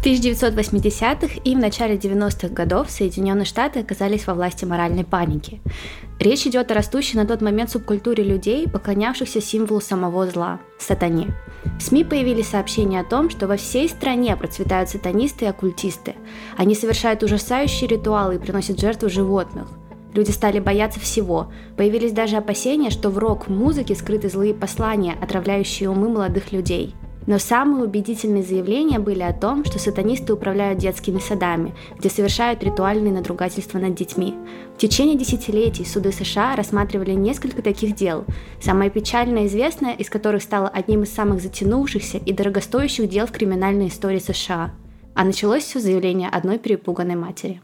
1980-х и в начале 90-х годов Соединенные Штаты оказались во власти моральной паники. Речь идет о растущей на тот момент субкультуре людей, поклонявшихся символу самого зла – сатане. В СМИ появились сообщения о том, что во всей стране процветают сатанисты и оккультисты. Они совершают ужасающие ритуалы и приносят жертву животных. Люди стали бояться всего. Появились даже опасения, что в рок-музыке скрыты злые послания, отравляющие умы молодых людей. Но самые убедительные заявления были о том, что сатанисты управляют детскими садами, где совершают ритуальные надругательства над детьми. В течение десятилетий суды США рассматривали несколько таких дел, самое печальное и известное из которых стало одним из самых затянувшихся и дорогостоящих дел в криминальной истории США. А началось все с заявления одной перепуганной матери.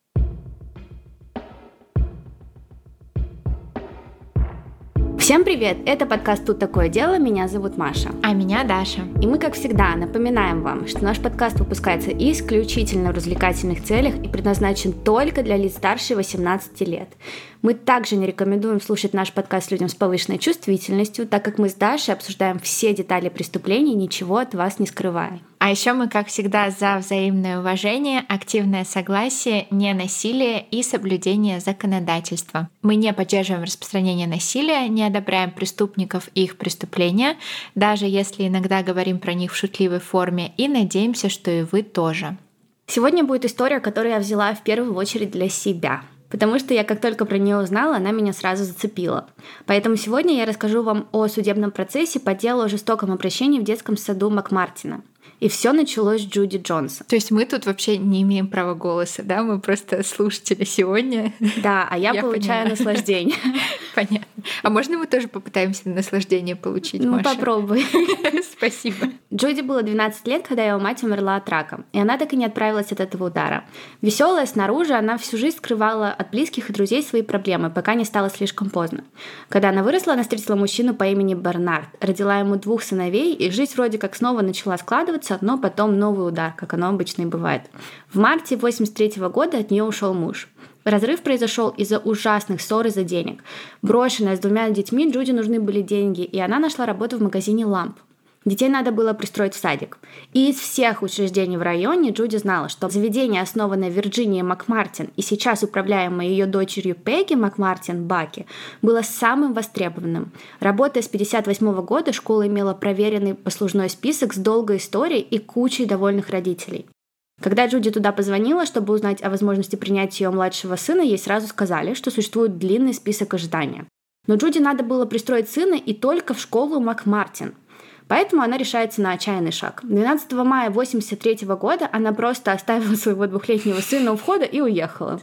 Всем привет! Это подкаст «Тут такое дело», меня зовут Маша. А меня Даша. И мы, как всегда, напоминаем вам, что наш подкаст выпускается исключительно в развлекательных целях и предназначен только для лиц старше 18 лет. Мы также не рекомендуем слушать наш подкаст людям с повышенной чувствительностью, так как мы с Дашей обсуждаем все детали преступлений, ничего от вас не скрывая. А еще мы, как всегда, за взаимное уважение, активное согласие, ненасилие и соблюдение законодательства. Мы не поддерживаем распространение насилия, не одобряем преступников и их преступления, даже если иногда говорим про них в шутливой форме, и надеемся, что и вы тоже. Сегодня будет история, которую я взяла в первую очередь для себя. Потому что я как только про нее узнала, она меня сразу зацепила. Поэтому сегодня я расскажу вам о судебном процессе по делу о жестоком обращении в детском саду Макмартина. И все началось с Джуди Джонсон. То есть мы тут вообще не имеем права голоса, да? Мы просто слушатели сегодня. Да, а я получаю наслаждение. Понятно. А можно мы тоже попытаемся наслаждение получить, Ну, Маша? попробуй. Спасибо. Джуди было 12 лет, когда ее мать умерла от рака, и она так и не отправилась от этого удара. Веселая снаружи, она всю жизнь скрывала от близких и друзей свои проблемы, пока не стало слишком поздно. Когда она выросла, она встретила мужчину по имени Бернард, родила ему 2 сыновей, и жизнь вроде как снова начала складываться, но потом новый удар, как оно обычно и бывает. В марте 1983 года от нее ушел муж. Разрыв произошел из-за ужасных ссор из-за денег. Брошенная с 2 детьми, Джуди нужны были деньги, и она нашла работу в магазине ламп. Детей надо было пристроить в садик. И из всех учреждений в районе Джуди знала, что заведение, основанное Вирджинией Макмартин и сейчас управляемое ее дочерью Пегги Макмартин Баки, было самым востребованным. Работая с 1958 года, школа имела проверенный послужной список с долгой историей и кучей довольных родителей. Когда Джуди туда позвонила, чтобы узнать о возможности принятия ее младшего сына, ей сразу сказали, что существует длинный список ожидания. Но Джуди надо было пристроить сына и только в школу Макмартин. Поэтому она решается на отчаянный шаг. 12 мая 1983 года она просто оставила своего 2-летнего сына у входа и уехала.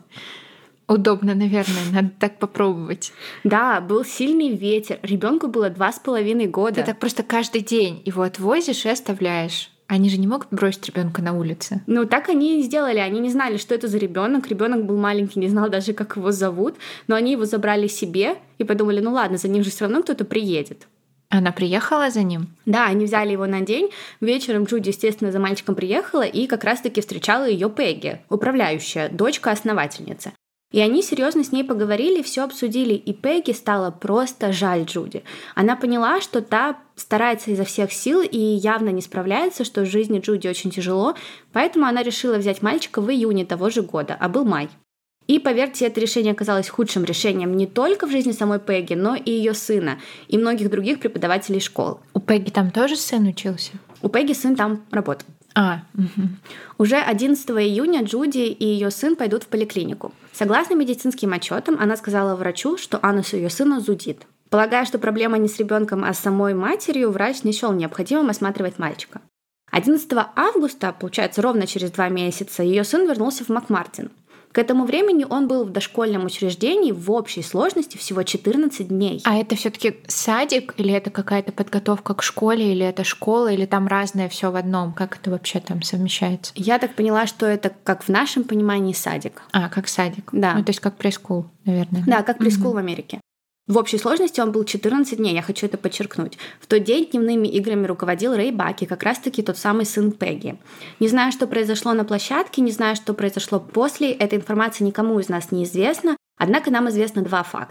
Удобно, наверное, надо так попробовать. Да, был сильный ветер, ребенку было 2,5 года. Ты так просто каждый день его отвозишь и оставляешь. Они же не могут бросить ребенка на улице. Ну, так они и сделали. Они не знали, что это за ребенок. Ребенок был маленький, не знал даже, как его зовут. Но они его забрали себе и подумали, ну ладно, за ним же все равно кто-то приедет. Она приехала за ним? Да, они взяли его на день. Вечером Джуди, естественно, за мальчиком приехала, и как раз-таки встречала ее Пегги, управляющая, дочка-основательница. И они серьезно с ней поговорили, все обсудили, и Пегги стало просто жаль Джуди. Она поняла, что та старается изо всех сил и явно не справляется, что в жизни Джуди очень тяжело, поэтому она решила взять мальчика в июне того же года, а был май. И, поверьте, это решение оказалось худшим решением не только в жизни самой Пегги, но и ее сына, и многих других преподавателей школ. У Пегги там тоже сын учился? У Пегги сын там работал. Угу. Уже 11 июня Джуди и ее сын пойдут в поликлинику. Согласно медицинским отчетам, она сказала врачу, что анус ее сына зудит. Полагая, что проблема не с ребенком, а с самой матерью, врач не счел необходимым осматривать мальчика. 11 августа, получается, ровно через 2 месяца, ее сын вернулся в Макмартин. К этому времени он был в дошкольном учреждении в общей сложности всего 14 дней. А это все-таки садик или это какая-то подготовка к школе, или это школа, или там разное все в одном? Как это вообще там совмещается? Я так поняла, что это как в нашем понимании садик. Как садик. Да. Ну, то есть как прескул, наверное. Да, как прескул в Америке. В общей сложности он был 14 дней, я хочу это подчеркнуть. В тот день дневными играми руководил Рэй Баки, как раз-таки тот самый сын Пегги. Не знаю, что произошло на площадке, не знаю, что произошло после, эта информация никому из нас не известна, однако нам известно 2 факта.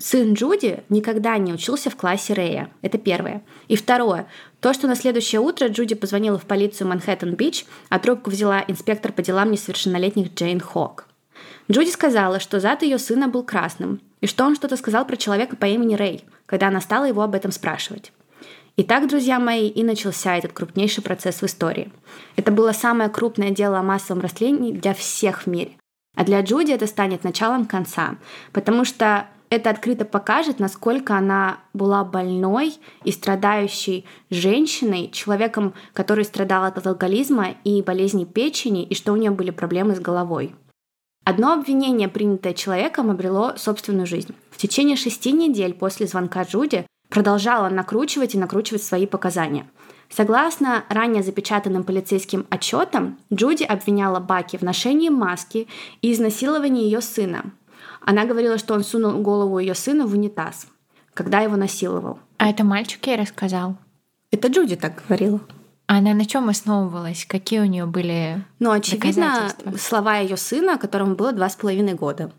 Сын Джуди никогда не учился в классе Рэя. Это первое. И второе. То, что на следующее утро Джуди позвонила в полицию Манхэттен-Бич, а трубку взяла инспектор по делам несовершеннолетних Джейн Хок. Джуди сказала, что зад ее сына был красным, и что он что-то сказал про человека по имени Рэй, когда она стала его об этом спрашивать. И так, друзья мои, и начался этот крупнейший процесс в истории. Это было самое крупное дело о массовом растлении для всех в мире. А для Джуди это станет началом конца, потому что это открыто покажет, насколько она была больной и страдающей женщиной, человеком, который страдал от алкоголизма и болезни печени, и что у нее были проблемы с головой. Одно обвинение, принятое человеком, обрело собственную жизнь. В течение 6 недель после звонка Джуди продолжала накручивать и накручивать свои показания. Согласно ранее запечатанным полицейским отчетам, Джуди обвиняла Баки в ношении маски и изнасиловании ее сына. Она говорила, что он сунул голову ее сына в унитаз, когда его насиловал. А это мальчик ей рассказал? Это Джуди так говорила. А она на чем основывалась? Какие у нее были очевидно, доказательства? Слова ее сына, которому было 2,5 года.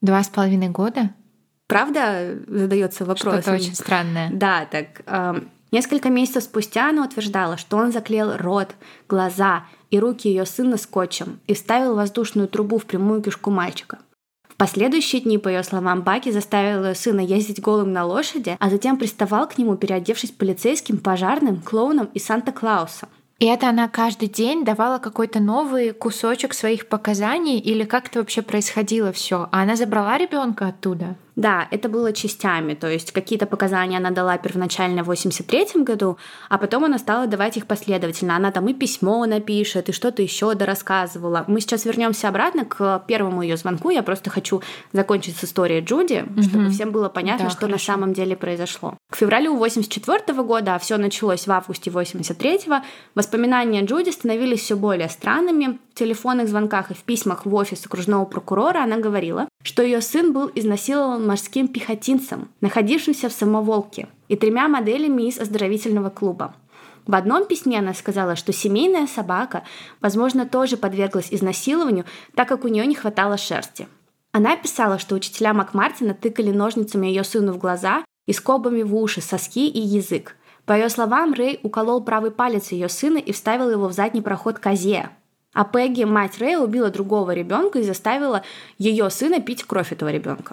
2,5 года? Правда, задается вопрос. Что-то очень странное. Да, так. Несколько месяцев спустя она утверждала, что он заклеил рот, глаза и руки ее сына скотчем и вставил воздушную трубу в прямую кишку мальчика. В последующие дни, по ее словам, Баки заставил ее сына ездить голым на лошади, а затем приставал к нему, переодевшись полицейским, пожарным, клоуном и Санта-Клаусом. И это она каждый день давала какой-то новый кусочек своих показаний, или как это вообще происходило все? А она забрала ребенка оттуда? Да, это было частями, то есть какие-то показания она дала первоначально в 1983 году, а потом она стала давать их последовательно. Она там и письмо напишет, и что-то еще дорассказывала. Мы сейчас вернемся обратно к первому ее звонку. Я просто хочу закончить с историей Джуди, чтобы всем было понятно, Да, что хорошо. на самом деле произошло. К февралю 1984 года, а все началось в августе 1983, воспоминания Джуди становились все более странными. В телефонных звонках и в письмах в офис окружного прокурора она говорила, что ее сын был изнасилован морским пехотинцем, находившимся в самоволке, и 3 моделями из оздоровительного клуба. В одном письме она сказала, что семейная собака, возможно, тоже подверглась изнасилованию, так как у нее не хватало шерсти. Она писала, что учителя Макмартина тыкали ножницами ее сыну в глаза и скобами в уши, соски и язык. По ее словам, Рэй уколол правый палец ее сына и вставил его в задний проход козе. А Пегги, мать Рэя, убила другого ребенка и заставила ее сына пить кровь этого ребенка.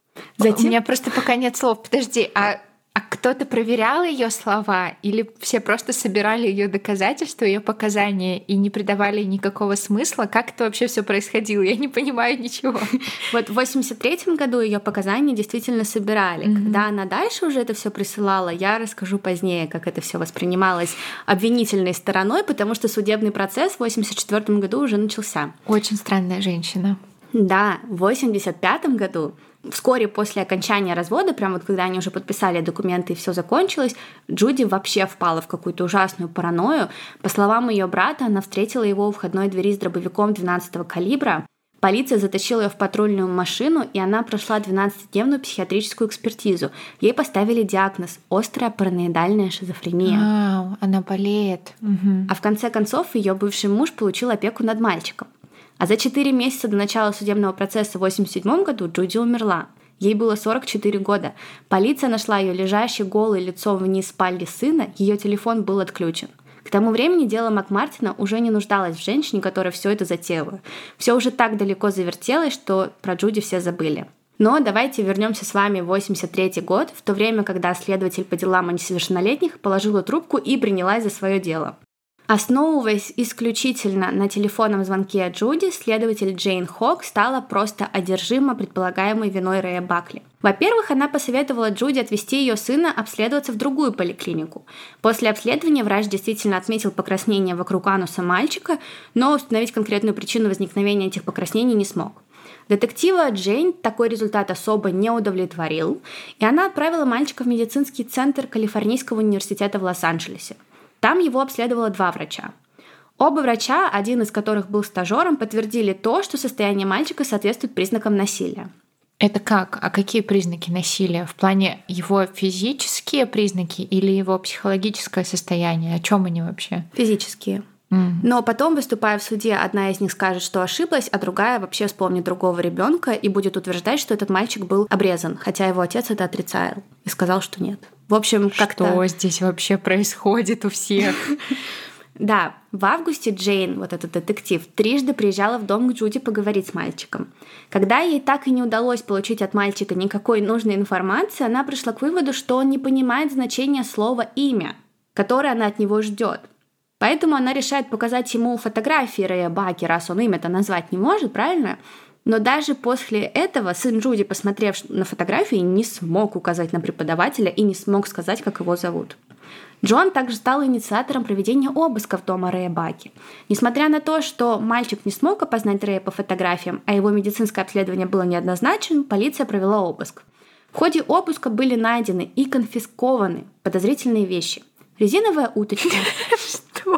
У меня просто пока нет слов. Подожди, а кто-то проверял ее слова, или все просто собирали ее доказательства, ее показания и не придавали никакого смысла? Как это вообще все происходило? Я не понимаю ничего. Вот в 1983 году ее показания действительно собирали. Когда она дальше уже это все присылала, я расскажу позднее, как это все воспринималось обвинительной стороной, потому что судебный процесс в 1984 году уже начался. Очень странная женщина. Да, в 1985 году, вскоре после окончания развода, прямо вот когда они уже подписали документы и все закончилось, Джуди вообще впала в какую-то ужасную паранойю. По словам ее брата, она встретила его у входной двери с дробовиком 12-го калибра. Полиция затащила ее в патрульную машину, и она прошла 12-дневную психиатрическую экспертизу. Ей поставили диагноз – острая параноидальная шизофрения. Вау, она болеет. А в конце концов ее бывший муж получил опеку над мальчиком. А за 4 месяца до начала судебного процесса в 1987 году Джуди умерла. Ей было 44 года. Полиция нашла ее лежащей голой лицом вниз в спальне сына, ее телефон был отключен. К тому времени дело Макмартина уже не нуждалось в женщине, которая все это затеяла. Все уже так далеко завертелось, что про Джуди все забыли. Но давайте вернемся с вами в 1983 год, в то время, когда следователь по делам о несовершеннолетних положила трубку и принялась за свое дело. Основываясь исключительно на телефонном звонке Джуди, следователь Джейн Хок стала просто одержима предполагаемой виной Рэя Бакли. Во-первых, она посоветовала Джуди отвезти ее сына обследоваться в другую поликлинику. После обследования врач действительно отметил покраснение вокруг ануса мальчика, но установить конкретную причину возникновения этих покраснений не смог. Детектива Джейн такой результат особо не удовлетворил, и она отправила мальчика в медицинский центр Калифорнийского университета в Лос-Анджелесе. Там его обследовало 2 врача. Оба врача, один из которых был стажером, подтвердили то, что состояние мальчика соответствует признакам насилия. Это как? А какие признаки насилия? В плане его физические признаки или его психологическое состояние? О чем они вообще? Физические. Но потом, выступая в суде, одна из них скажет, что ошиблась, а другая вообще вспомнит другого ребенка и будет утверждать, что этот мальчик был обрезан, хотя его отец это отрицал и сказал, что нет. В общем, как-то... Что здесь вообще происходит у всех? Да, в августе Джейн, вот этот детектив, трижды приезжала в дом к Джуди поговорить с мальчиком. Когда ей так и не удалось получить от мальчика никакой нужной информации, она пришла к выводу, что он не понимает значения слова «имя», которое она от него ждет. Поэтому она решает показать ему фотографии Рэя Баки, раз он имя-то назвать не может, правильно? Но даже после этого сын Джуди, посмотрев на фотографии, не смог указать на преподавателя и не смог сказать, как его зовут. Джон также стал инициатором проведения обысков дома Рэя Баки. Несмотря на то, что мальчик не смог опознать Рэя по фотографиям, а его медицинское обследование было неоднозначным, полиция провела обыск. В ходе обыска были найдены и конфискованы подозрительные вещи. Резиновая уточка. Что?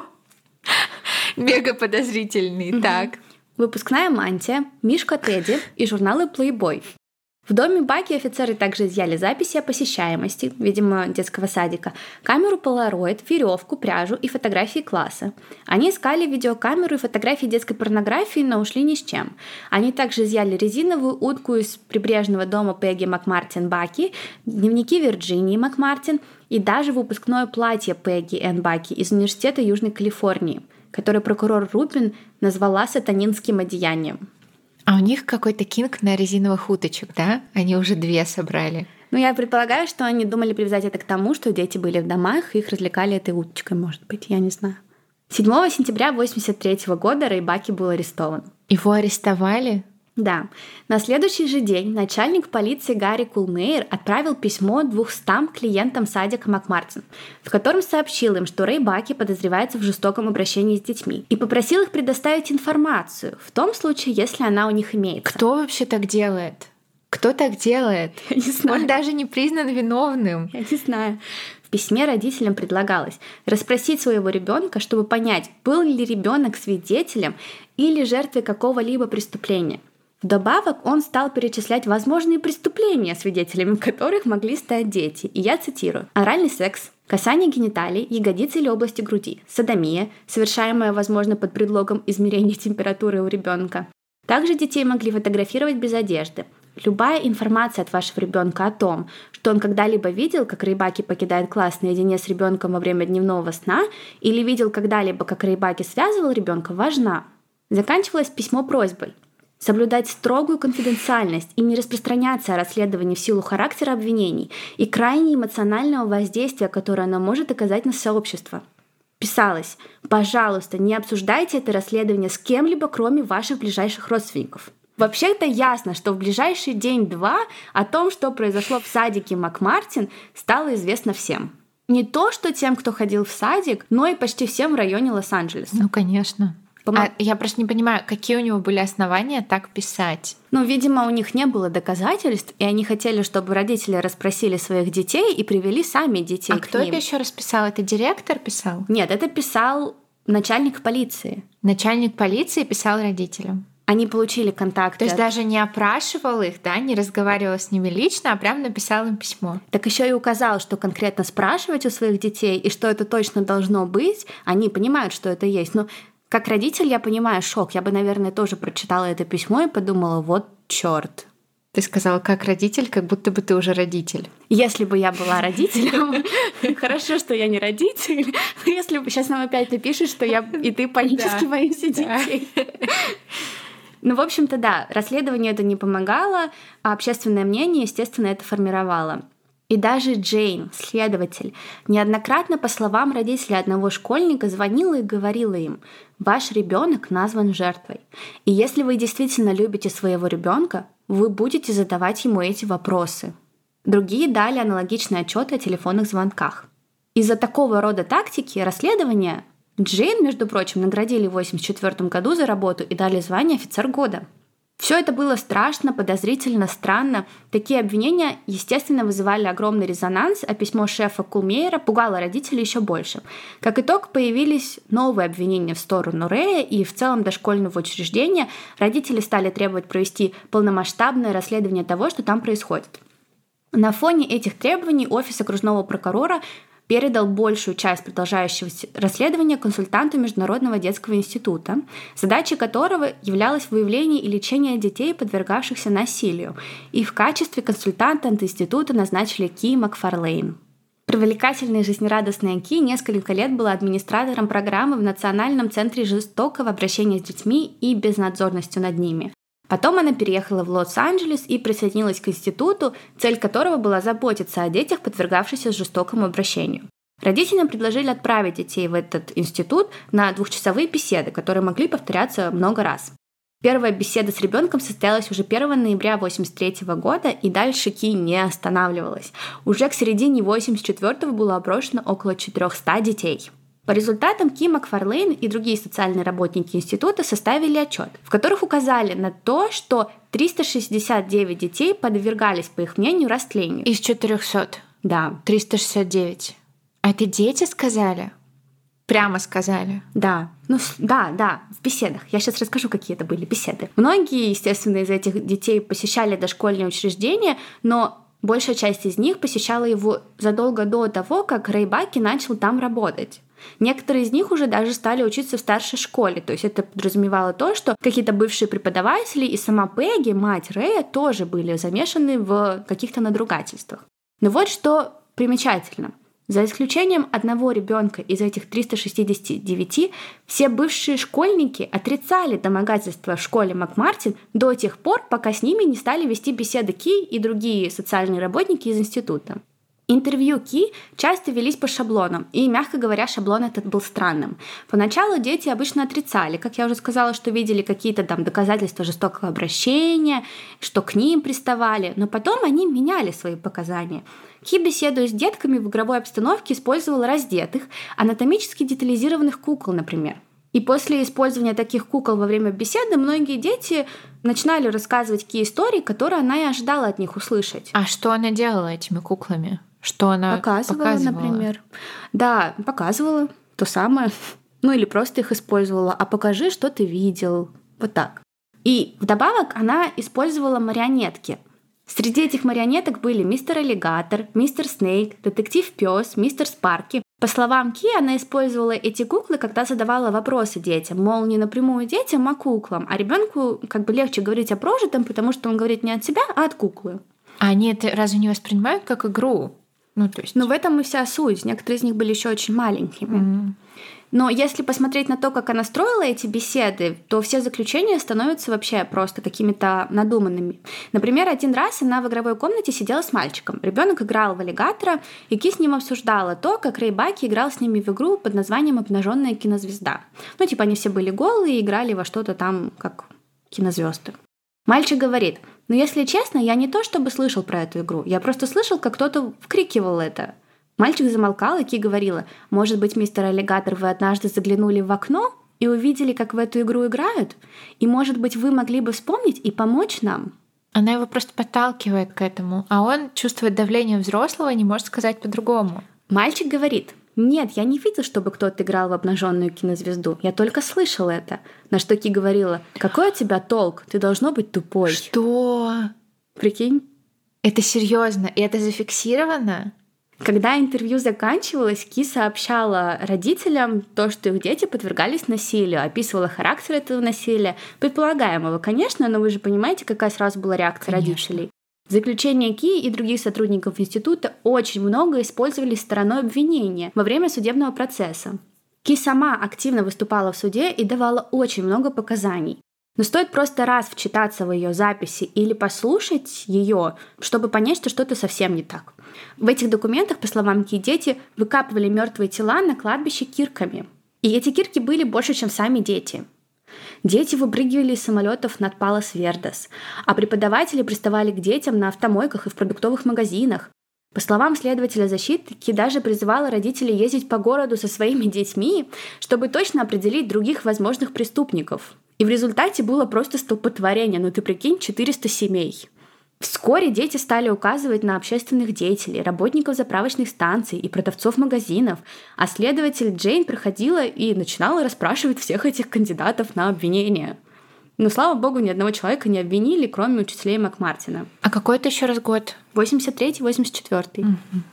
Мега подозрительный. Так. Выпускная мантия, мишка Тедди и журналы Playboy. В доме Баки офицеры также изъяли записи о посещаемости, видимо, детского садика, камеру Polaroid, веревку, пряжу и фотографии класса. Они искали видеокамеру и фотографии детской порнографии, но ушли ни с чем. Они также изъяли резиновую утку из прибрежного дома Пегги Макмартин Баки, дневники Вирджинии Макмартин и даже выпускное платье Пегги Энн Баки из Университета Южной Калифорнии, которое прокурор Рубин назвала сатанинским одеянием. А у них какой-то кинг на резиновых уточек, да? Они уже 2 собрали. Ну, я предполагаю, что они думали привязать это к тому, что дети были в домах, и их развлекали этой уточкой, может быть, я не знаю. 7 сентября 1983 года Рэй Баки был арестован. Его арестовали? Да. На следующий же день начальник полиции Гарри Кулмейер отправил письмо 200 клиентам садика Макмартин, в котором сообщил им, что Рэй Баки подозревается в жестоком обращении с детьми, и попросил их предоставить информацию, в том случае, если она у них имеется. Кто вообще так делает? Кто так делает? Я не знаю. Он даже не признан виновным. Я не знаю. В письме родителям предлагалось расспросить своего ребенка, чтобы понять, был ли ребенок свидетелем или жертвой какого-либо преступления. Вдобавок он стал перечислять возможные преступления, свидетелями которых могли стать дети. И я цитирую. Оральный секс, касание гениталий, ягодицы или области груди, содомия, совершаемая, возможно, под предлогом измерения температуры у ребенка. Также детей могли фотографировать без одежды. Любая информация от вашего ребенка о том, что он когда-либо видел, как Рэй Баки покидает класс наедине с ребенком во время дневного сна, или видел когда-либо, как Рэй Баки связывал ребенка, важна. Заканчивалось письмо просьбой соблюдать строгую конфиденциальность и не распространяться о расследовании в силу характера обвинений и крайне эмоционального воздействия, которое оно может оказать на сообщество. Писалось: «Пожалуйста, не обсуждайте это расследование с кем-либо, кроме ваших ближайших родственников». Вообще-то ясно, что в ближайший день-два о том, что произошло в садике Макмартин, стало известно всем. Не то, что тем, кто ходил в садик, но и почти всем в районе Лос-Анджелеса. Ну, конечно. Я просто не понимаю, какие у него были основания так писать. Ну, видимо, у них не было доказательств, и они хотели, чтобы родители расспросили своих детей и привели сами детей к ним. А кто это еще раз писал? Это директор писал? Нет, это писал начальник полиции. Начальник полиции писал родителям? Они получили контакты. То есть даже не опрашивал их, да, не разговаривал с ними лично, а прям написал им письмо. Так еще и указал, что конкретно спрашивать у своих детей, и что это точно должно быть. Они понимают, что это есть. Но как родитель я понимаю шок. Я бы, наверное, тоже прочитала это письмо и подумала: вот чёрт. Ты сказала, как родитель, как будто бы ты уже родитель. Если бы я была родителем, хорошо, что я не родитель. Если бы сейчас нам опять напишут, что я и ты панически боишься детей. Ну, в общем-то, да, расследованию это не помогало, а общественное мнение, естественно, это формировало. И даже Джейн, следователь, неоднократно, по словам родителей одного школьника, звонила и говорила им: ваш ребенок назван жертвой. И если вы действительно любите своего ребенка, вы будете задавать ему эти вопросы. Другие дали аналогичные отчеты о телефонных звонках. Из-за такого рода тактики расследования Джейн, между прочим, наградили в 1984 году за работу и дали звание офицер года. Все это было страшно, подозрительно, странно. Такие обвинения, естественно, вызывали огромный резонанс, а письмо шефа Кулмейера пугало родителей еще больше. Как итог, появились новые обвинения в сторону Рэя, и в целом дошкольного учреждения родители стали требовать провести полномасштабное расследование того, что там происходит. На фоне этих требований офис окружного прокурора передал большую часть продолжающегося расследования консультанту Международного детского института, задачей которого являлось выявление и лечение детей, подвергавшихся насилию. И в качестве консультанта от института назначили Ки Макфарлейн. Привлекательная и жизнерадостная Ки несколько лет была администратором программы в Национальном центре жестокого обращения с детьми и безнадзорностью над ними. Потом она переехала в Лос-Анджелес и присоединилась к институту, цель которого была заботиться о детях, подвергавшихся жестокому обращению. Родителям предложили отправить детей в этот институт на 2-часовые беседы, которые могли повторяться много раз. Первая беседа с ребенком состоялась уже 1 ноября 1983 года, и дальше Ки не останавливалась. Уже к середине 1984 было опрошено около 400 детей. По результатам Ки Макфарлейн и другие социальные работники института составили отчет, в которых указали на то, что 369 детей подвергались, по их мнению, растлению. Из 400? Да. 369. А это дети сказали? Прямо сказали? Да. Да, в беседах. Я сейчас расскажу, какие это были беседы. Многие, естественно, из этих детей посещали дошкольные учреждения, но большая часть из них посещала его задолго до того, как Рэй Баки начал там работать. Некоторые из них уже даже стали учиться в старшей школе, то есть это подразумевало то, что какие-то бывшие преподаватели и сама Пегги, мать Рэя, тоже были замешаны в каких-то надругательствах. Но вот что примечательно. За исключением одного ребенка из этих 369, все бывшие школьники отрицали домогательства в школе МакМартин до тех пор, пока с ними не стали вести беседы Ки и другие социальные работники из института. Интервью Ки часто велись по шаблонам, и, мягко говоря, шаблон этот был странным. Поначалу дети обычно отрицали, как я уже сказала, что видели какие-то там доказательства жестокого обращения, что к ним приставали, но потом они меняли свои показания. Ки, беседуя с детками в игровой обстановке, использовала раздетых, анатомически детализированных кукол, например. И после использования таких кукол во время беседы многие дети начинали рассказывать Ки истории, которые она и ожидала от них услышать. А что она делала этими куклами? Что она показывала, например. Да, показывала то самое. Ну или просто их использовала. А покажи, что ты видел. Вот так. И вдобавок она использовала марионетки. Среди этих марионеток были мистер Аллигатор, мистер Снейк, детектив Пёс, мистер Спарки. По словам Ки, она использовала эти куклы, когда задавала вопросы детям. Мол, не напрямую детям, а куклам. А ребенку как бы легче говорить о прожитом, потому что он говорит не от себя, а от куклы. А они это разве не воспринимают как игру? То есть... Но в этом и вся суть. Некоторые из них были еще очень маленькими. Но если посмотреть на то, как она строила эти беседы, то все заключения становятся вообще просто какими-то надуманными. Например, один раз она в игровой комнате сидела с мальчиком. Ребенок играл в аллигатора, и Ки с ним обсуждала то, как Рэй Баки играл с ними в игру под названием «Обнаженная кинозвезда». Они все были голые и играли во что-то там, как кинозвезды. Мальчик говорит: если честно, я не то чтобы слышал про эту игру, я просто слышал, как кто-то вкрикивал это. Мальчик замолкал, и Ки говорила: может быть, мистер Аллигатор, вы однажды заглянули в окно и увидели, как в эту игру играют? И, может быть, вы могли бы вспомнить и помочь нам? Она его просто подталкивает к этому, а он чувствует давление взрослого и не может сказать по-другому. Мальчик говорит: нет, я не видел, чтобы кто-то играл в обнаженную кинозвезду. Я только слышал это. На что Ки говорила: какой у тебя толк? Ты должно быть тупой. Что? Прикинь? Это серьезно? И это зафиксировано? Когда интервью заканчивалось, Ки сообщала родителям то, что их дети подвергались насилию, описывала характер этого насилия, предполагаемого, конечно, но вы же понимаете, какая сразу была реакция родителей. В заключение Ки и других сотрудников института очень много использовали стороной обвинения во время судебного процесса. Ки сама активно выступала в суде и давала очень много показаний. Но стоит просто раз вчитаться в ее записи или послушать ее, чтобы понять, что что-то совсем не так. В этих документах, по словам Ки, дети выкапывали мертвые тела на кладбище кирками. И эти кирки были больше, чем сами дети. Дети выпрыгивали из самолетов над Палос-Вердес, а преподаватели приставали к детям на автомойках и в продуктовых магазинах. По словам следователя защиты, Ки даже призывала родителей ездить по городу со своими детьми, чтобы точно определить других возможных преступников. И в результате было просто столпотворение. Ты прикинь, 400 семей. Вскоре дети стали указывать на общественных деятелей, работников заправочных станций и продавцов магазинов, а следователь Джейн приходила и начинала расспрашивать всех этих кандидатов на обвинение. Но, слава богу, ни одного человека не обвинили, кроме учителей МакМартина. А какой это еще раз год? 83-84.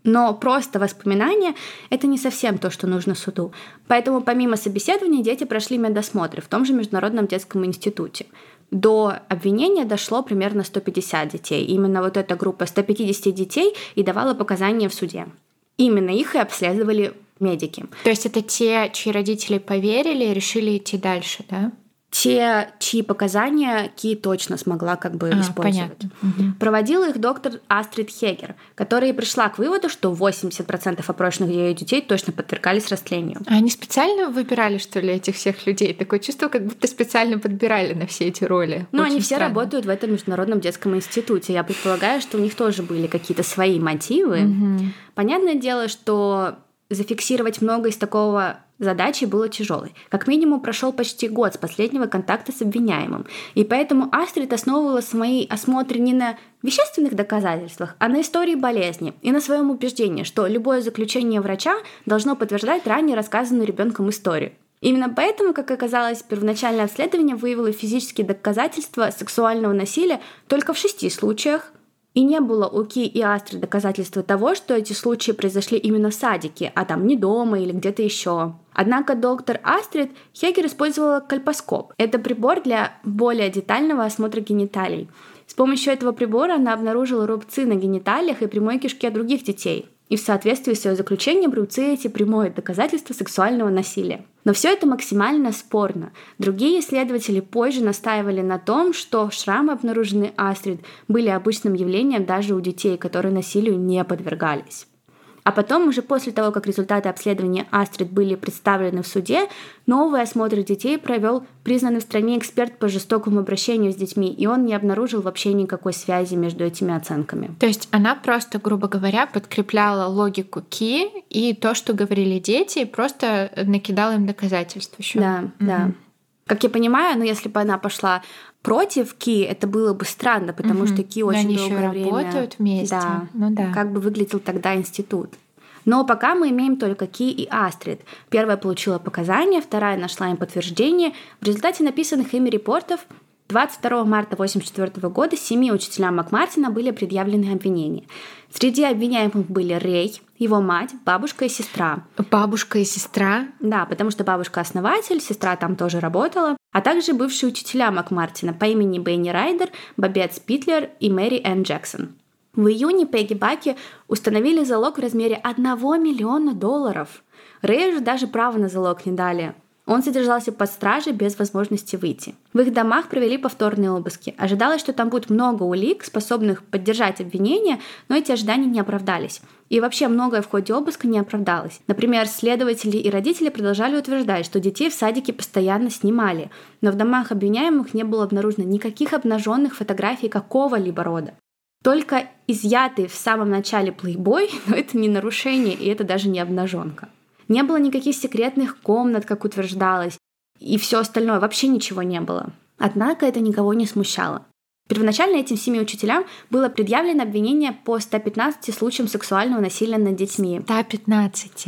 Но просто воспоминания — это не совсем то, что нужно суду. Поэтому помимо собеседования дети прошли медосмотры в том же Международном детском институте. До обвинения дошло примерно 150 детей. Именно вот эта группа 150 детей и давала показания в суде. Именно их и обследовали медики. То есть это те, чьи родители поверили и решили идти дальше, да? Те, чьи показания Ки точно смогла использовать. Понятно. Проводила их доктор Астрид Хегер, которая пришла к выводу, что 80% опрошенных ею детей точно подвергались растлению. А они специально выбирали, что ли, этих всех людей? Такое чувство, как будто специально подбирали на все эти роли. Ну, они все работают в этом Международном детском институте. Я предполагаю, что у них тоже были какие-то свои мотивы. Понятное дело, что зафиксировать много из такого задачи было тяжелой. Как минимум прошел почти год с последнего контакта с обвиняемым. И поэтому Астрид основывала свои осмотры не на вещественных доказательствах, а на истории болезни и на своем убеждении, что любое заключение врача должно подтверждать ранее рассказанную ребенком историю. Именно поэтому, как оказалось, первоначальное обследование выявило физические доказательства сексуального насилия только в 6 случаях, и не было у Ки и Астрид доказательства того, что эти случаи произошли именно в садике, а там не дома или где-то еще. Однако доктор Астрид Хегер использовала кольпоскоп. Это прибор для более детального осмотра гениталий. С помощью этого прибора она обнаружила рубцы на гениталиях и прямой кишке других детей. И в соответствии с ее заключением рубцы эти прямое доказательство сексуального насилия. Но все это максимально спорно. Другие исследователи позже настаивали на том, что шрамы, обнаруженные Астрид, были обычным явлением даже у детей, которые насилию не подвергались. А потом, уже после того, как результаты обследования Астрид были представлены в суде, новый осмотр детей провел признанный в стране эксперт по жестокому обращению с детьми, и он не обнаружил вообще никакой связи между этими оценками. То есть она просто, грубо говоря, подкрепляла логику Ки и то, что говорили дети, и просто накидала им доказательства еще. Да. Как я понимаю, если бы она пошла против Ки, это было бы странно, потому что Ки очень долгое время... Они работают вместе. Да. Как бы выглядел тогда институт. Но пока мы имеем только Ки и Астрид. Первая получила показания, вторая нашла им подтверждение. В результате написанных ими репортов 22 марта 1984 года 7 учителям Макмартина были предъявлены обвинения. Среди обвиняемых были Рэй, его мать, бабушка и сестра. Бабушка и сестра? Да, потому что бабушка основатель, сестра там тоже работала, а также бывшие учителя Макмартина по имени Бенни Райдер, Бабет Спитлер и Мэри Энн Джексон. В июне Пегги Баки установили залог в размере $1 миллиона. Рэю же даже права на залог не дали. Он содержался под стражей без возможности выйти. В их домах провели повторные обыски. Ожидалось, что там будет много улик, способных поддержать обвинения, но эти ожидания не оправдались. И вообще многое в ходе обыска не оправдалось. Например, следователи и родители продолжали утверждать, что детей в садике постоянно снимали, но в домах обвиняемых не было обнаружено никаких обнаженных фотографий какого-либо рода. Только изъятый в самом начале плейбой, но это не нарушение, и это даже не обнаженка. Не было никаких секретных комнат, как утверждалось, и все остальное, вообще ничего не было. Однако это никого не смущало. Первоначально этим 7 учителям было предъявлено обвинение по 115 случаям сексуального насилия над детьми. 115.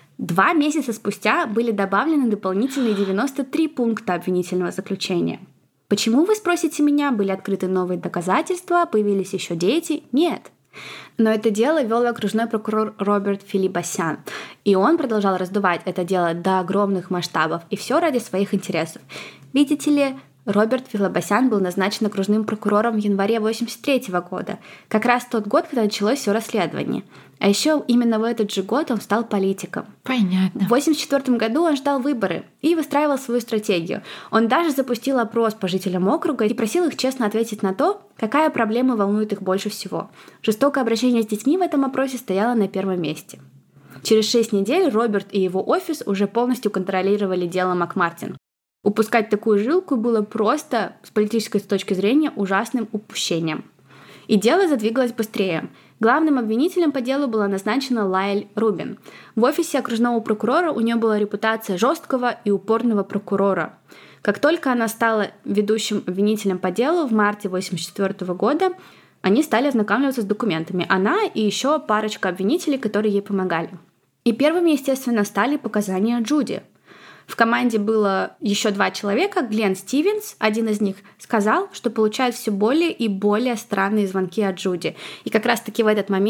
2 месяца спустя были добавлены дополнительные 93 пункта обвинительного заключения. Почему, вы спросите меня, были открыты новые доказательства, появились еще дети? Нет. Но это дело вел окружной прокурор Роберт Филибасян, и он продолжал раздувать это дело до огромных масштабов, и все ради своих интересов. Видите ли, Роберт Филибасян был назначен окружным прокурором в январе 1983 года, как раз тот год, когда началось все расследование. А еще именно в этот же год он стал политиком. Понятно. В 1984 году он ждал выборы и выстраивал свою стратегию. Он даже запустил опрос по жителям округа и просил их честно ответить на то, какая проблема волнует их больше всего. Жестокое обращение с детьми в этом опросе стояло на первом месте. Через 6 недель Роберт и его офис уже полностью контролировали дело Макмартин. Упускать такую жилку было просто, с политической точки зрения, ужасным упущением. И дело задвигалось быстрее. Главным обвинителем по делу была назначена Лайль Рубин. В офисе окружного прокурора у нее была репутация жесткого и упорного прокурора. Как только она стала ведущим обвинителем по делу в марте 1984 года, они стали ознакомливаться с документами. Она и еще парочка обвинителей, которые ей помогали. И первыми, естественно, стали показания Джуди. В команде было еще 2 человека. Глен Стивенс, один из них, сказал, что получает все более и более странные звонки от Джуди. И как раз-таки в этот момент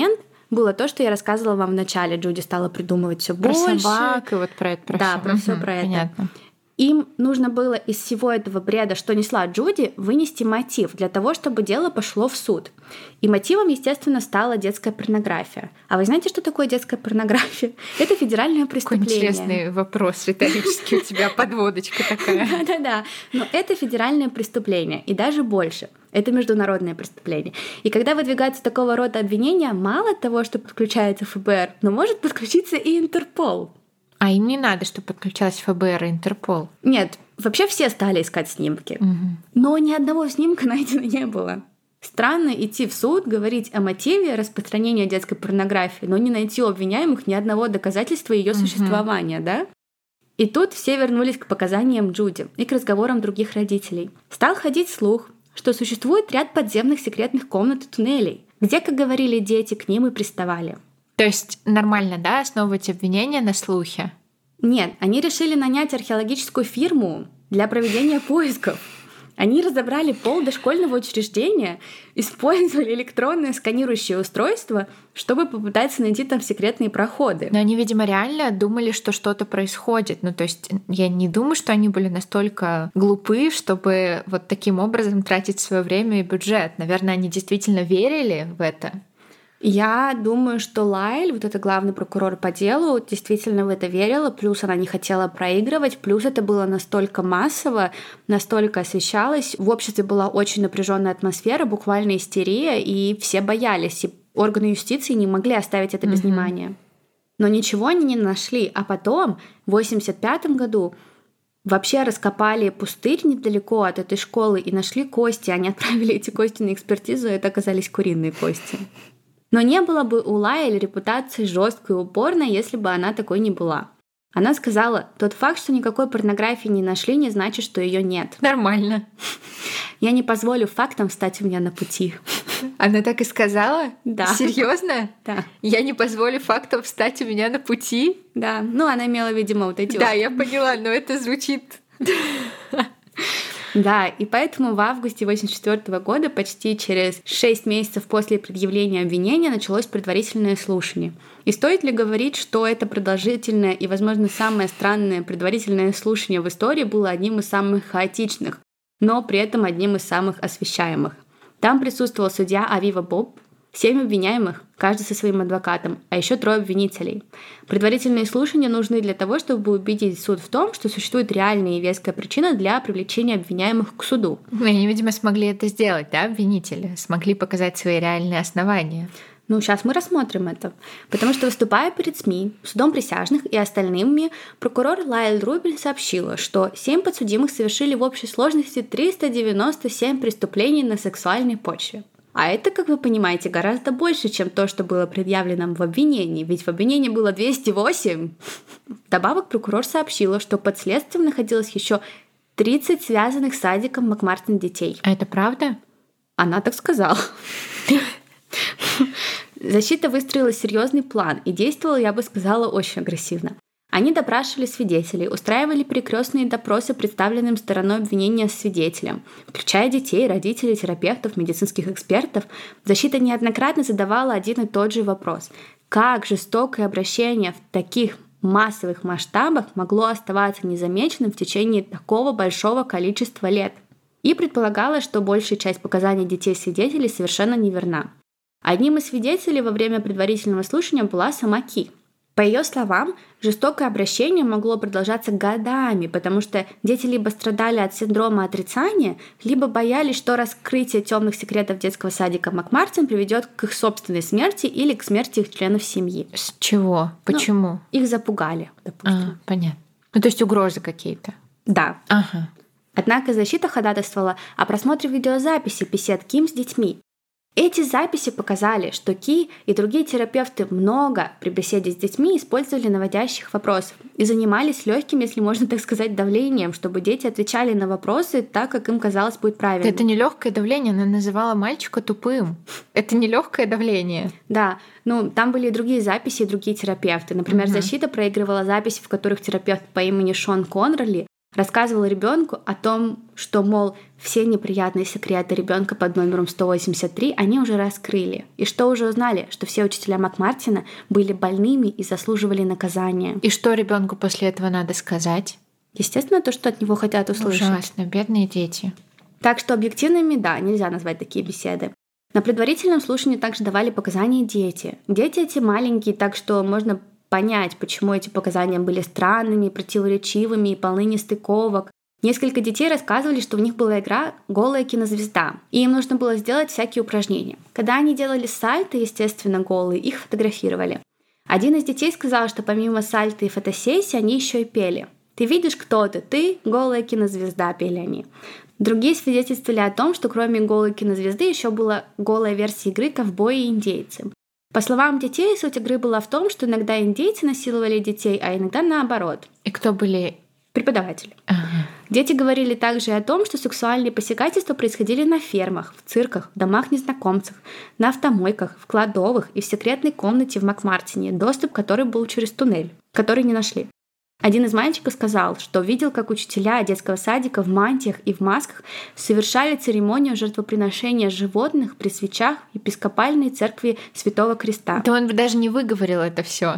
было то, что я рассказывала вам в начале. Джуди стала придумывать все больше. Про собак и вот про это, про да, всё. про все про это. Понятно. Им нужно было из всего этого бреда, что несла Джуди, вынести мотив для того, чтобы дело пошло в суд. И мотивом, естественно, стала детская порнография. А вы знаете, что такое детская порнография? Это федеральное преступление. Какой интересный вопрос риторический у тебя, подводочка такая. Да-да-да. Но это федеральное преступление, и даже больше. Это международное преступление. И когда выдвигаются такого рода обвинения, мало того, что подключается ФБР, но может подключиться и Интерпол. А им не надо, чтобы подключалась ФБР и Интерпол? Нет, вообще все стали искать снимки. Но ни одного снимка найдено не было. Странно идти в суд, говорить о мотиве распространения детской порнографии, но не найти у обвиняемых ни одного доказательства ее существования, да? И тут все вернулись к показаниям Джуди и к разговорам других родителей. Стал ходить слух, что существует ряд подземных секретных комнат и туннелей, где, как говорили дети, к ним и приставали. То есть нормально, да, основывать обвинения на слухе? Нет, они решили нанять археологическую фирму для проведения поисков. Они разобрали пол дошкольного учреждения, использовали электронное сканирующее устройство, чтобы попытаться найти там секретные проходы. Но они, видимо, реально думали, что что-то происходит. Ну, то есть я не думаю, что они были настолько глупы, чтобы вот таким образом тратить свое время и бюджет. Наверное, они действительно верили в это. Я думаю, что Лайль, вот эта главный прокурор по делу, действительно в это верила, плюс она не хотела проигрывать, плюс это было настолько массово, настолько освещалось. В обществе была очень напряженная атмосфера, буквально истерия, и все боялись, и органы юстиции не могли оставить это без внимания. Но ничего они не нашли, а потом, в 1985 году, вообще раскопали пустырь недалеко от этой школы и нашли кости. Они отправили эти кости на экспертизу, и это оказались куриные кости. Но не было бы у Лайль репутации жесткой и упорной, если бы она такой не была. Она сказала, тот факт, что никакой порнографии не нашли, не значит, что ее нет. Нормально. Я не позволю фактам встать у меня на пути. Она так и сказала? Да. Серьезно? Да. Я не позволю фактам встать у меня на пути? Да. Ну, она имела, видимо, вот эти... Да, я поняла, но это звучит... Да, и поэтому в августе 1984 года, почти через 6 месяцев после предъявления обвинения, началось предварительное слушание. И стоит ли говорить, что это продолжительное и, возможно, самое странное предварительное слушание в истории было одним из самых хаотичных, но при этом одним из самых освещаемых. Там присутствовал судья Авива Боб, 7 обвиняемых, каждый со своим адвокатом, а еще 3 обвинителей. Предварительные слушания нужны для того, чтобы убедить суд в том, что существует реальная и веская причина для привлечения обвиняемых к суду. Они, видимо, смогли это сделать, да, обвинители? Смогли показать свои реальные основания. Ну, сейчас мы рассмотрим это. Потому что, выступая перед СМИ, судом присяжных и остальными, прокурор Лайль Рубель сообщила, что 7 подсудимых совершили в общей сложности 397 преступлений на сексуальной почве. А это, как вы понимаете, гораздо больше, чем то, что было предъявлено в обвинении, ведь в обвинении было 208. Вдобавок прокурор сообщила, что под следствием находилось еще 30 связанных с садиком Макмартин детей. А это правда? Она так сказала. Защита выстроила серьезный план и действовала, я бы сказала, очень агрессивно. Они допрашивали свидетелей, устраивали перекрестные допросы представленным стороной обвинения свидетелям, включая детей, родителей, терапевтов, медицинских экспертов. Защита неоднократно задавала один и тот же вопрос. Как жестокое обращение в таких массовых масштабах могло оставаться незамеченным в течение такого большого количества лет? И предполагалось, что большая часть показаний детей-свидетелей совершенно неверна. Одним из свидетелей во время предварительного слушания была сама Ки. По ее словам, жестокое обращение могло продолжаться годами, потому что дети либо страдали от синдрома отрицания, либо боялись, что раскрытие темных секретов детского садика Макмартин приведет к их собственной смерти или к смерти их членов семьи. С чего? Почему? Их запугали, допустим. Понятно. Ну, то есть угрозы какие-то. Да. Ага. Однако защита ходатайствовала о просмотре видеозаписи бесед Ким с детьми. Эти записи показали, что Ки и другие терапевты много при беседе с детьми использовали наводящих вопросов и занимались легким, если можно так сказать, давлением, чтобы дети отвечали на вопросы так, как им казалось будет правильно. Это не легкое давление, она называла мальчика тупым. Это не легкое давление. Да, ну там были и другие записи, и другие терапевты. Например, защита проигрывала записи, в которых терапевт по имени Шон Коннорли Рассказывал ребенку о том, что, мол, все неприятные секреты ребенка под номером 183 они уже раскрыли. И что уже узнали, что все учителя Макмартина были больными и заслуживали наказания. И что ребенку после этого надо сказать? Естественно, то, что от него хотят услышать. Ужасно, бедные дети. Так что объективными, да, нельзя назвать такие беседы. На предварительном слушании также давали показания дети. Дети эти маленькие, так что можно понять, почему эти показания были странными, противоречивыми и полны нестыковок. Несколько детей рассказывали, что у них была игра «Голая кинозвезда», и им нужно было сделать всякие упражнения. Когда они делали сальто, естественно, голые, их фотографировали. Один из детей сказал, что помимо сальто и фотосессии они еще и пели. «Ты видишь, кто ты, голая кинозвезда», пели они. Другие свидетельствовали о том, что кроме голой кинозвезды еще была голая версия игры «Ковбои и индейцы». По словам детей, суть игры была в том, что иногда индейцы насиловали детей, а иногда наоборот. И кто были? Преподаватели. Ага. Дети говорили также о том, что сексуальные посягательства происходили на фермах, в цирках, в домах незнакомцев, на автомойках, в кладовых и в секретной комнате в Макмартине, доступ к которой был через туннель, который не нашли. Один из мальчиков сказал, что видел, как учителя детского садика в мантиях и в масках совершали церемонию жертвоприношения животных при свечах епископальной церкви Святого Креста. Да он бы даже не выговорил это все.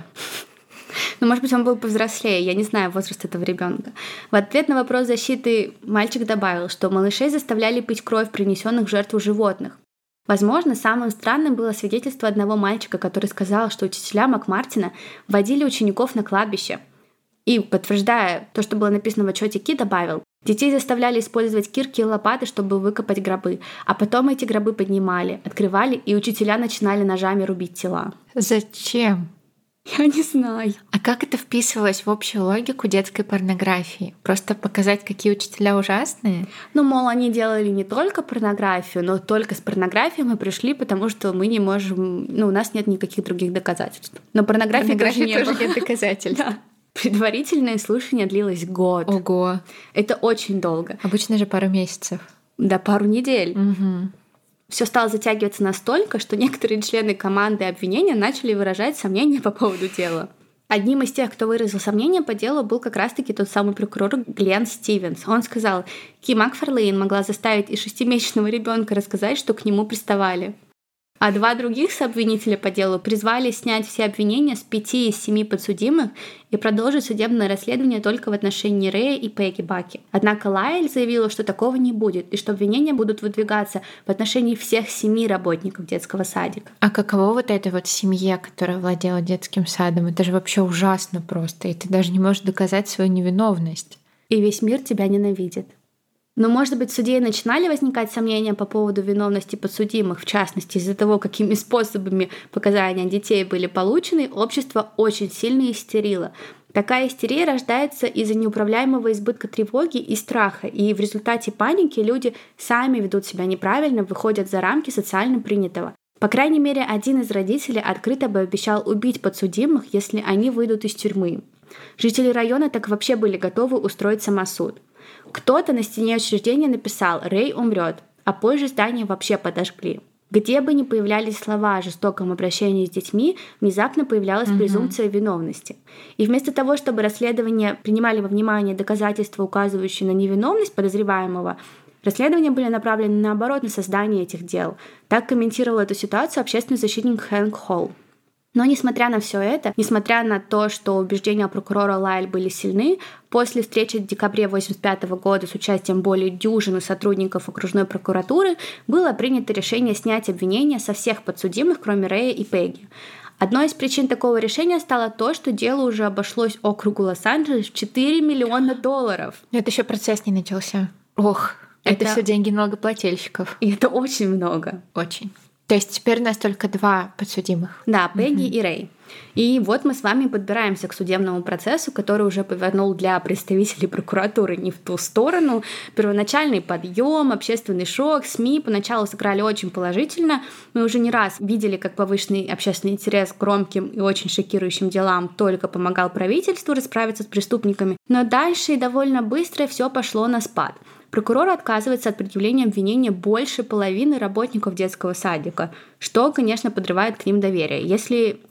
Ну, может быть, он был повзрослее, я не знаю возраст этого ребенка. В ответ на вопрос защиты мальчик добавил, что малышей заставляли пить кровь принесенных в жертву животных. Возможно, самым странным было свидетельство одного мальчика, который сказал, что учителя Макмартина водили учеников на кладбище. И, подтверждая то, что было написано в отчете Ки, добавил: детей заставляли использовать кирки и лопаты, чтобы выкопать гробы, а потом эти гробы поднимали, открывали, и учителя начинали ножами рубить тела. Зачем? Я не знаю. А как это вписывалось в общую логику детской порнографии? Просто показать, какие учителя ужасные? Ну, мол, они делали не только порнографию, но только с порнографией мы пришли, потому что мы не можем... Ну, у нас нет никаких других доказательств. Но порнографии тоже не было. Нет доказательств. Да. Предварительное слушание длилось год. Ого. Это очень долго. Обычно же пару месяцев. Да, пару недель. Угу. Все стало затягиваться настолько, что некоторые члены команды обвинения начали выражать сомнения по поводу дела. Одним из тех, кто выразил сомнения по делу, был как раз-таки тот самый прокурор Глен Стивенс. Он сказал, Ки Макфарлейн могла заставить и 6-месячного ребенка рассказать, что к нему приставали. А 2 других сообвинителя по делу призвали снять все обвинения с 5 из 7 подсудимых и продолжить судебное расследование только в отношении Рэя и Пегги Баки. Однако Лайль заявила, что такого не будет, и что обвинения будут выдвигаться в отношении всех 7 работников детского садика. А каково вот этой вот семье, которая владела детским садом? Это же вообще ужасно просто, и ты даже не можешь доказать свою невиновность. И весь мир тебя ненавидит. Но, может быть, в суде и начинали возникать сомнения по поводу виновности подсудимых, в частности, из-за того, какими способами показания детей были получены, общество очень сильно истерило. Такая истерия рождается из-за неуправляемого избытка тревоги и страха, и в результате паники люди сами ведут себя неправильно, выходят за рамки социально принятого. По крайней мере, один из родителей открыто бы обещал убить подсудимых, если они выйдут из тюрьмы. Жители района так вообще были готовы устроить самосуд. Кто-то на стене учреждения написал «Рэй умрет», а позже здание вообще подожгли. Где бы ни появлялись слова о жестоком обращении с детьми, внезапно появлялась презумпция виновности. И вместо того, чтобы расследование принимали во внимание доказательства, указывающие на невиновность подозреваемого, расследования были направлены наоборот на создание этих дел. Так комментировал эту ситуацию общественный защитник Хэнк Холл. Но несмотря на все это, несмотря на то, что убеждения прокурора Лайль были сильны, после встречи в декабре 1985 года с участием более дюжины сотрудников окружной прокуратуры было принято решение снять обвинения со всех подсудимых, кроме Рэя и Пегги. Одной из причин такого решения стало то, что дело уже обошлось округу Лос-Анджелес в $4 миллиона. Это еще процесс не начался. Ох, это все деньги налогоплательщиков. И это очень много. Очень. То есть теперь у нас только 2 подсудимых. Да, Пегги и Рэй. И вот мы с вами подбираемся к судебному процессу, который уже повернул для представителей прокуратуры не в ту сторону. Первоначальный подъем, общественный шок, СМИ поначалу сыграли очень положительно. Мы уже не раз видели, как повышенный общественный интерес к громким и очень шокирующим делам только помогал правительству расправиться с преступниками. Но дальше и довольно быстро все пошло на спад. Прокурор отказывается от предъявления обвинения больше половины работников детского садика, что, конечно, подрывает к ним доверие. Если эти люди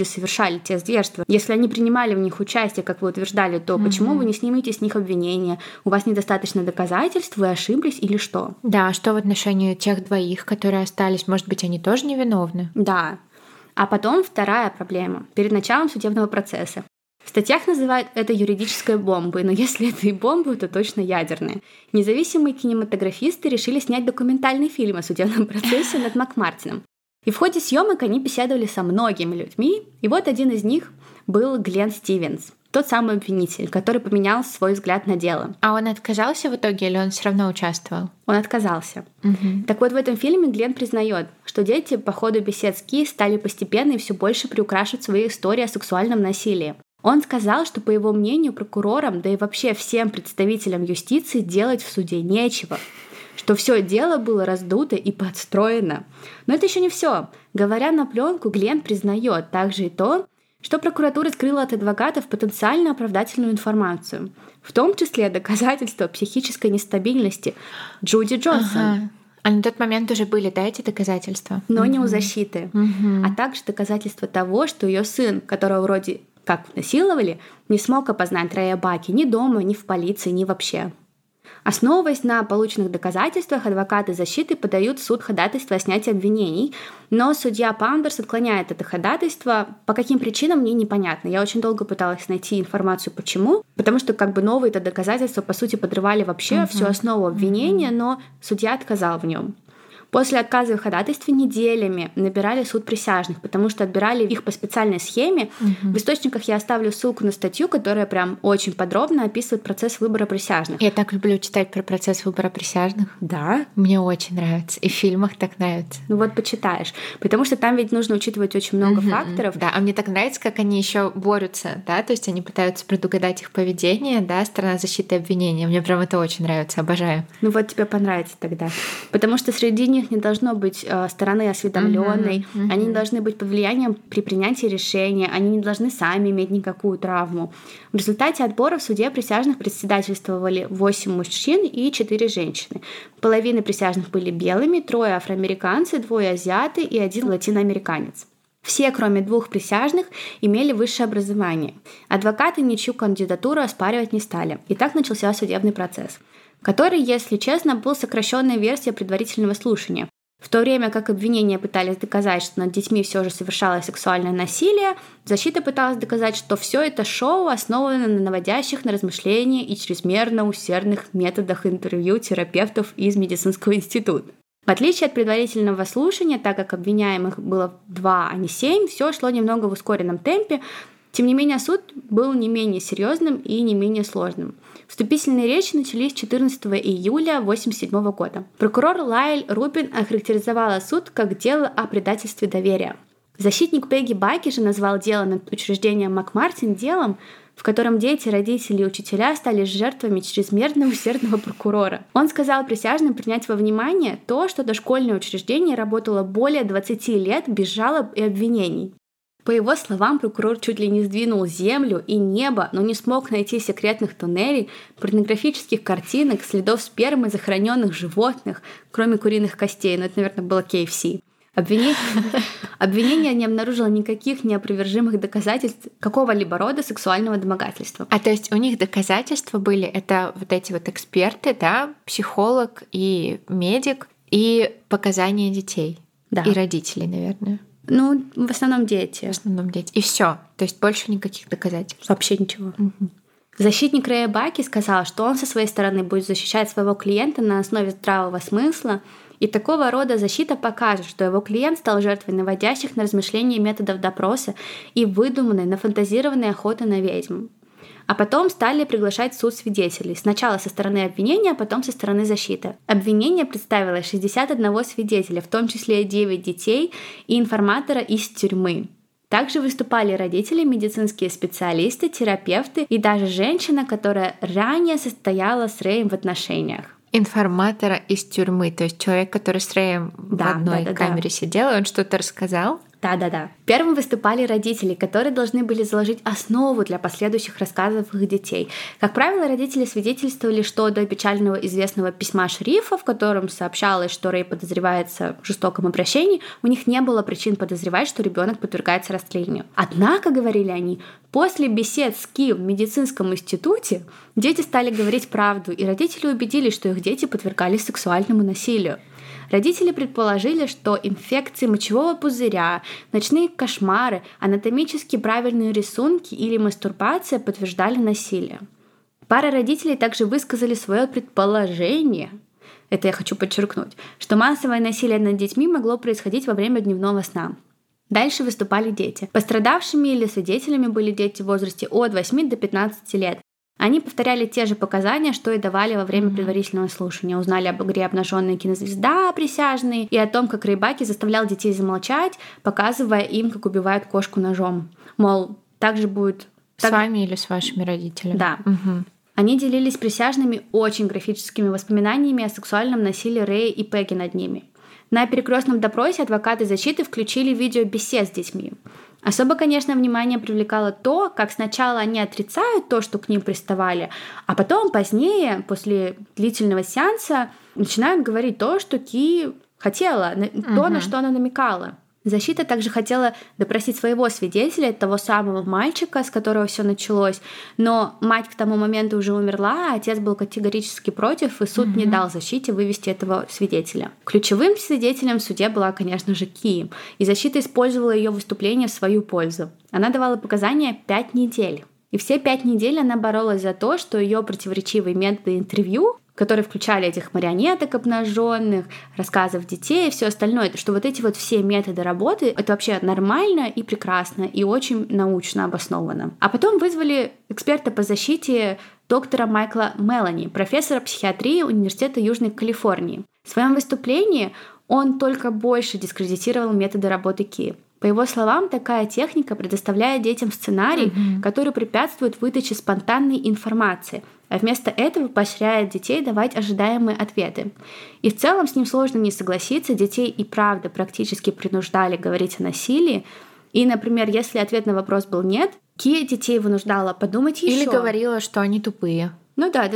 совершали те зверства. Если они принимали в них участие, как вы утверждали, то почему вы не снимете с них обвинения? У вас недостаточно доказательств, вы ошиблись или что? Да, что в отношении тех двоих, которые остались? Может быть, они тоже невиновны? Да. А потом вторая проблема. Перед началом судебного процесса. В статьях называют это юридической бомбой, но если это и бомба, то точно ядерная. Независимые кинематографисты решили снять документальный фильм о судебном процессе над Макмартином. И в ходе съемок они беседовали со многими людьми, и вот один из них был Глен Стивенс, тот самый обвинитель, который поменял свой взгляд на дело. А он отказался в итоге или он все равно участвовал? Он отказался. Так вот, в этом фильме Глен признает, что дети по ходу бесед с Ки стали постепенно и все больше приукрашивать свои истории о сексуальном насилии. Он сказал, что, по его мнению, прокурорам, да и вообще всем представителям юстиции делать в суде нечего, что все дело было раздуто и подстроено. Но это еще не все. Говоря на пленку, Глен признает также и то, что прокуратура скрыла от адвокатов потенциально оправдательную информацию, в том числе доказательства психической нестабильности Джуди Джонсон. Ага. А на тот момент уже были, да, эти доказательства? Но не у защиты, а также доказательства того, что ее сын, которого вроде как насиловали, не смог опознать Рэя Баки ни дома, ни в полиции, ни вообще. Основываясь на полученных доказательствах, адвокаты защиты подают в суд ходатайство о снятии обвинений, но судья Паундерс отклоняет это ходатайство. По каким причинам, мне непонятно. Я очень долго пыталась найти информацию, почему. Потому что новые это доказательства, по сути, подрывали вообще всю основу обвинения, но судья отказал в нем. После отказа в ходатайстве неделями набирали суд присяжных, потому что отбирали их по специальной схеме. В источниках я оставлю ссылку на статью, которая прям очень подробно описывает процесс выбора присяжных. Я так люблю читать про процесс выбора присяжных. Да? Мне очень нравится. И в фильмах так нравится. Ну вот почитаешь. Потому что там ведь нужно учитывать очень много факторов. Да, а мне так нравится, как они еще борются, да, то есть они пытаются предугадать их поведение, да, сторона защиты и обвинения. Мне прям это очень нравится, обожаю. Ну вот тебе понравится тогда. Потому что среди них не должно быть стороны осведомленной, они не должны быть под влиянием при принятии решения, они не должны сами иметь никакую травму. В результате отбора в суде присяжных председательствовали 8 мужчин и 4 женщины. Половина присяжных были белыми, 3 афроамериканцы, 2 азиаты и 1 латиноамериканец. Все, кроме 2 присяжных, имели высшее образование. Адвокаты ничью кандидатуру оспаривать не стали. И так начался судебный процесс, который, если честно, был сокращенной версией предварительного слушания. В то время как обвинения пытались доказать, что над детьми все же совершалось сексуальное насилие, защита пыталась доказать, что все это шоу основано на наводящих на размышления и чрезмерно усердных методах интервью терапевтов из медицинского института. В отличие от предварительного слушания, так как обвиняемых было 2, а не 7, все шло немного в ускоренном темпе. Тем не менее, суд был не менее серьезным и не менее сложным. Вступительные речи начались 14 июля 1987 года. Прокурор Лайль Рубин охарактеризовала суд как дело о предательстве доверия. Защитник Пегги Баки же назвал дело над учреждением Макмартин делом, в котором дети, родители и учителя стали жертвами чрезмерно усердного прокурора. Он сказал присяжным принять во внимание то, что дошкольное учреждение работало более 20 лет без жалоб и обвинений. По его словам, прокурор чуть ли не сдвинул землю и небо, но не смог найти секретных туннелей, порнографических картинок, следов спермы захороненных животных, кроме куриных костей. Но это, наверное, было KFC. Обвинение не обнаружило никаких неопровержимых доказательств какого-либо рода сексуального домогательства. А то есть у них доказательства были, это вот эти вот эксперты, да, психолог и медик, и показания детей, да. И родителей, наверное. Ну, в основном дети. В основном дети. И все. То есть больше никаких доказательств. Вообще ничего. Защитник Рэя Баки сказал, что он со своей стороны будет защищать своего клиента на основе здравого смысла, и такого рода защита покажет, что его клиент стал жертвой наводящих на размышления методов допроса и выдуманной, нафантазированной охоты на ведьм. А потом стали приглашать в суд свидетелей. Сначала со стороны обвинения, а потом со стороны защиты. Обвинение представило 61 свидетеля, в том числе 9 детей и информатора из тюрьмы. Также выступали родители, медицинские специалисты, терапевты и даже женщина, которая ранее состояла с Рэем в отношениях. Информатора из тюрьмы, то есть человек, который с Рэем в одной камере сидел, и он что-то рассказал? Да-да-да. Первым выступали родители, которые должны были заложить основу для последующих рассказов их детей. Как правило, родители свидетельствовали, что до печального известного письма шерифа, в котором сообщалось, что Рэй подозревается в жестоком обращении, у них не было причин подозревать, что ребенок подвергается растлению. Однако, говорили они, после бесед с Ки в медицинском институте дети стали говорить правду, и родители убедились, что их дети подвергались сексуальному насилию. Родители предположили, что инфекции мочевого пузыря, ночные кошмары, анатомически правильные рисунки или мастурбация подтверждали насилие. Пара родителей также высказали свое предположение, это я хочу подчеркнуть, что массовое насилие над детьми могло происходить во время дневного сна. Дальше выступали дети. Пострадавшими или свидетелями были дети в возрасте от 8 до 15 лет. Они повторяли те же показания, что и давали во время предварительного слушания. Узнали об игре «Обнаженная кинозвезда» присяжные и о том, как Рэй заставлял детей замолчать, показывая им, как убивают кошку ножом. Мол, так же будет... С вами или с вашими родителями? Да. Они делились присяжными очень графическими воспоминаниями о сексуальном насилии Рэя и Пегги над ними. На перекрестном допросе адвокаты защиты включили видеобесед с детьми. Особо, конечно, внимание привлекало то, как сначала они отрицают то, что к ним приставали, а потом, позднее, после длительного сеанса, начинают говорить то, что Ки хотела, то, на что она намекала. Защита также хотела допросить своего свидетеля, того самого мальчика, с которого все началось, но мать к тому моменту уже умерла, а отец был категорически против, и суд не дал защите вывести этого свидетеля. Ключевым свидетелем в суде была, конечно же, Ки, и защита использовала ее выступление в свою пользу. Она давала показания 5 недель. И все 5 недель она боролась за то, что ее противоречивые методы интервью, которые включали этих марионеток обнаженных, рассказов детей и все остальное, что вот эти вот все методы работы, это вообще нормально и прекрасно, и очень научно обосновано. А потом вызвали эксперта по защите доктора Майкла Мелани, профессора психиатрии Университета Южной Калифорнии. В своем выступлении он только больше дискредитировал методы работы Ки. По его словам, такая техника предоставляет детям сценарий, который препятствует выдаче спонтанной информации, а вместо этого поощряет детей давать ожидаемые ответы. И в целом с ним сложно не согласиться, детей и правда практически принуждали говорить о насилии. И, например, если ответ на вопрос был «нет», Ки детей вынуждала подумать еще. Или говорила, что они тупые. Ну да.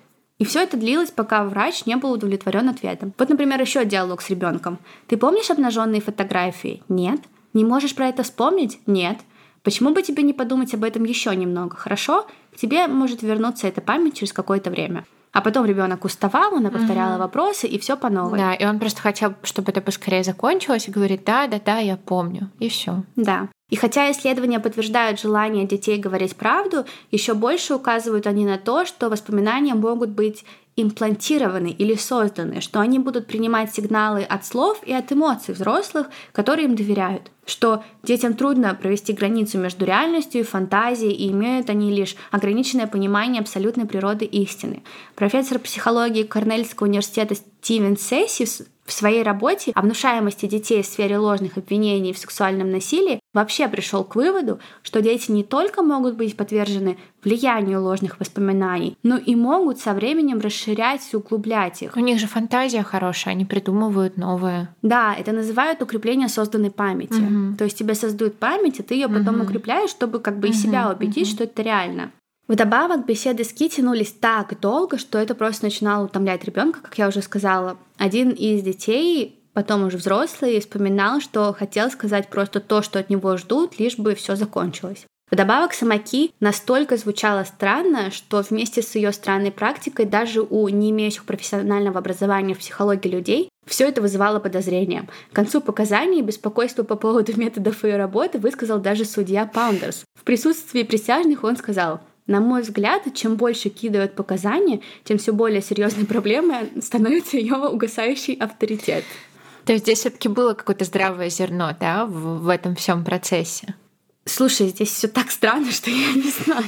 И все это длилось, пока врач не был удовлетворен ответом. Вот, например, еще диалог с ребенком. «Ты помнишь обнаженные фотографии?» «Нет». «Не можешь про это вспомнить?» «Нет». «Почему бы тебе не подумать об этом еще немного, хорошо? К тебе может вернуться эта память через какое-то время». А потом ребенок уставал, она повторяла вопросы, и все по новой. Да, и он просто хотел, чтобы это поскорее закончилось, и говорит: да, я помню, и все. Да. И хотя исследования подтверждают желание детей говорить правду, еще больше указывают они на то, что воспоминания могут быть имплантированы или созданы, что они будут принимать сигналы от слов и от эмоций взрослых, которые им доверяют, что детям трудно провести границу между реальностью и фантазией, и имеют они лишь ограниченное понимание абсолютной природы истины. Профессор психологии Корнельского университета Стивен Сесси в своей работе о внушаемости детей в сфере ложных обвинений в сексуальном насилии вообще пришел к выводу, что дети не только могут быть подвержены влиянию ложных воспоминаний, но и могут со временем расширять и углублять их. У них же фантазия хорошая, они придумывают новое. Да, это называют укрепление созданной памяти. То есть тебе создают память, а ты ее потом укрепляешь, чтобы как бы и себя убедить, что это реально. Вдобавок, беседы с Ки тянулись так долго, что это просто начинало утомлять ребенка, как я уже сказала. Один из детей, потом уже взрослый, вспоминал, что хотел сказать просто то, что от него ждут, лишь бы все закончилось. Вдобавок, сама Ки настолько звучала странно, что вместе с ее странной практикой даже у не имеющих профессионального образования в психологии людей все это вызывало подозрения. К концу показаний беспокойство по поводу методов ее работы высказал даже судья Паундерс. В присутствии присяжных он сказал: «На мой взгляд, чем больше Ки дает показания, тем все более серьезной проблемой становится ее угасающий авторитет». То есть здесь все-таки было какое-то здравое зерно, да, в этом всем процессе? Слушай, здесь все так странно, что я не знаю.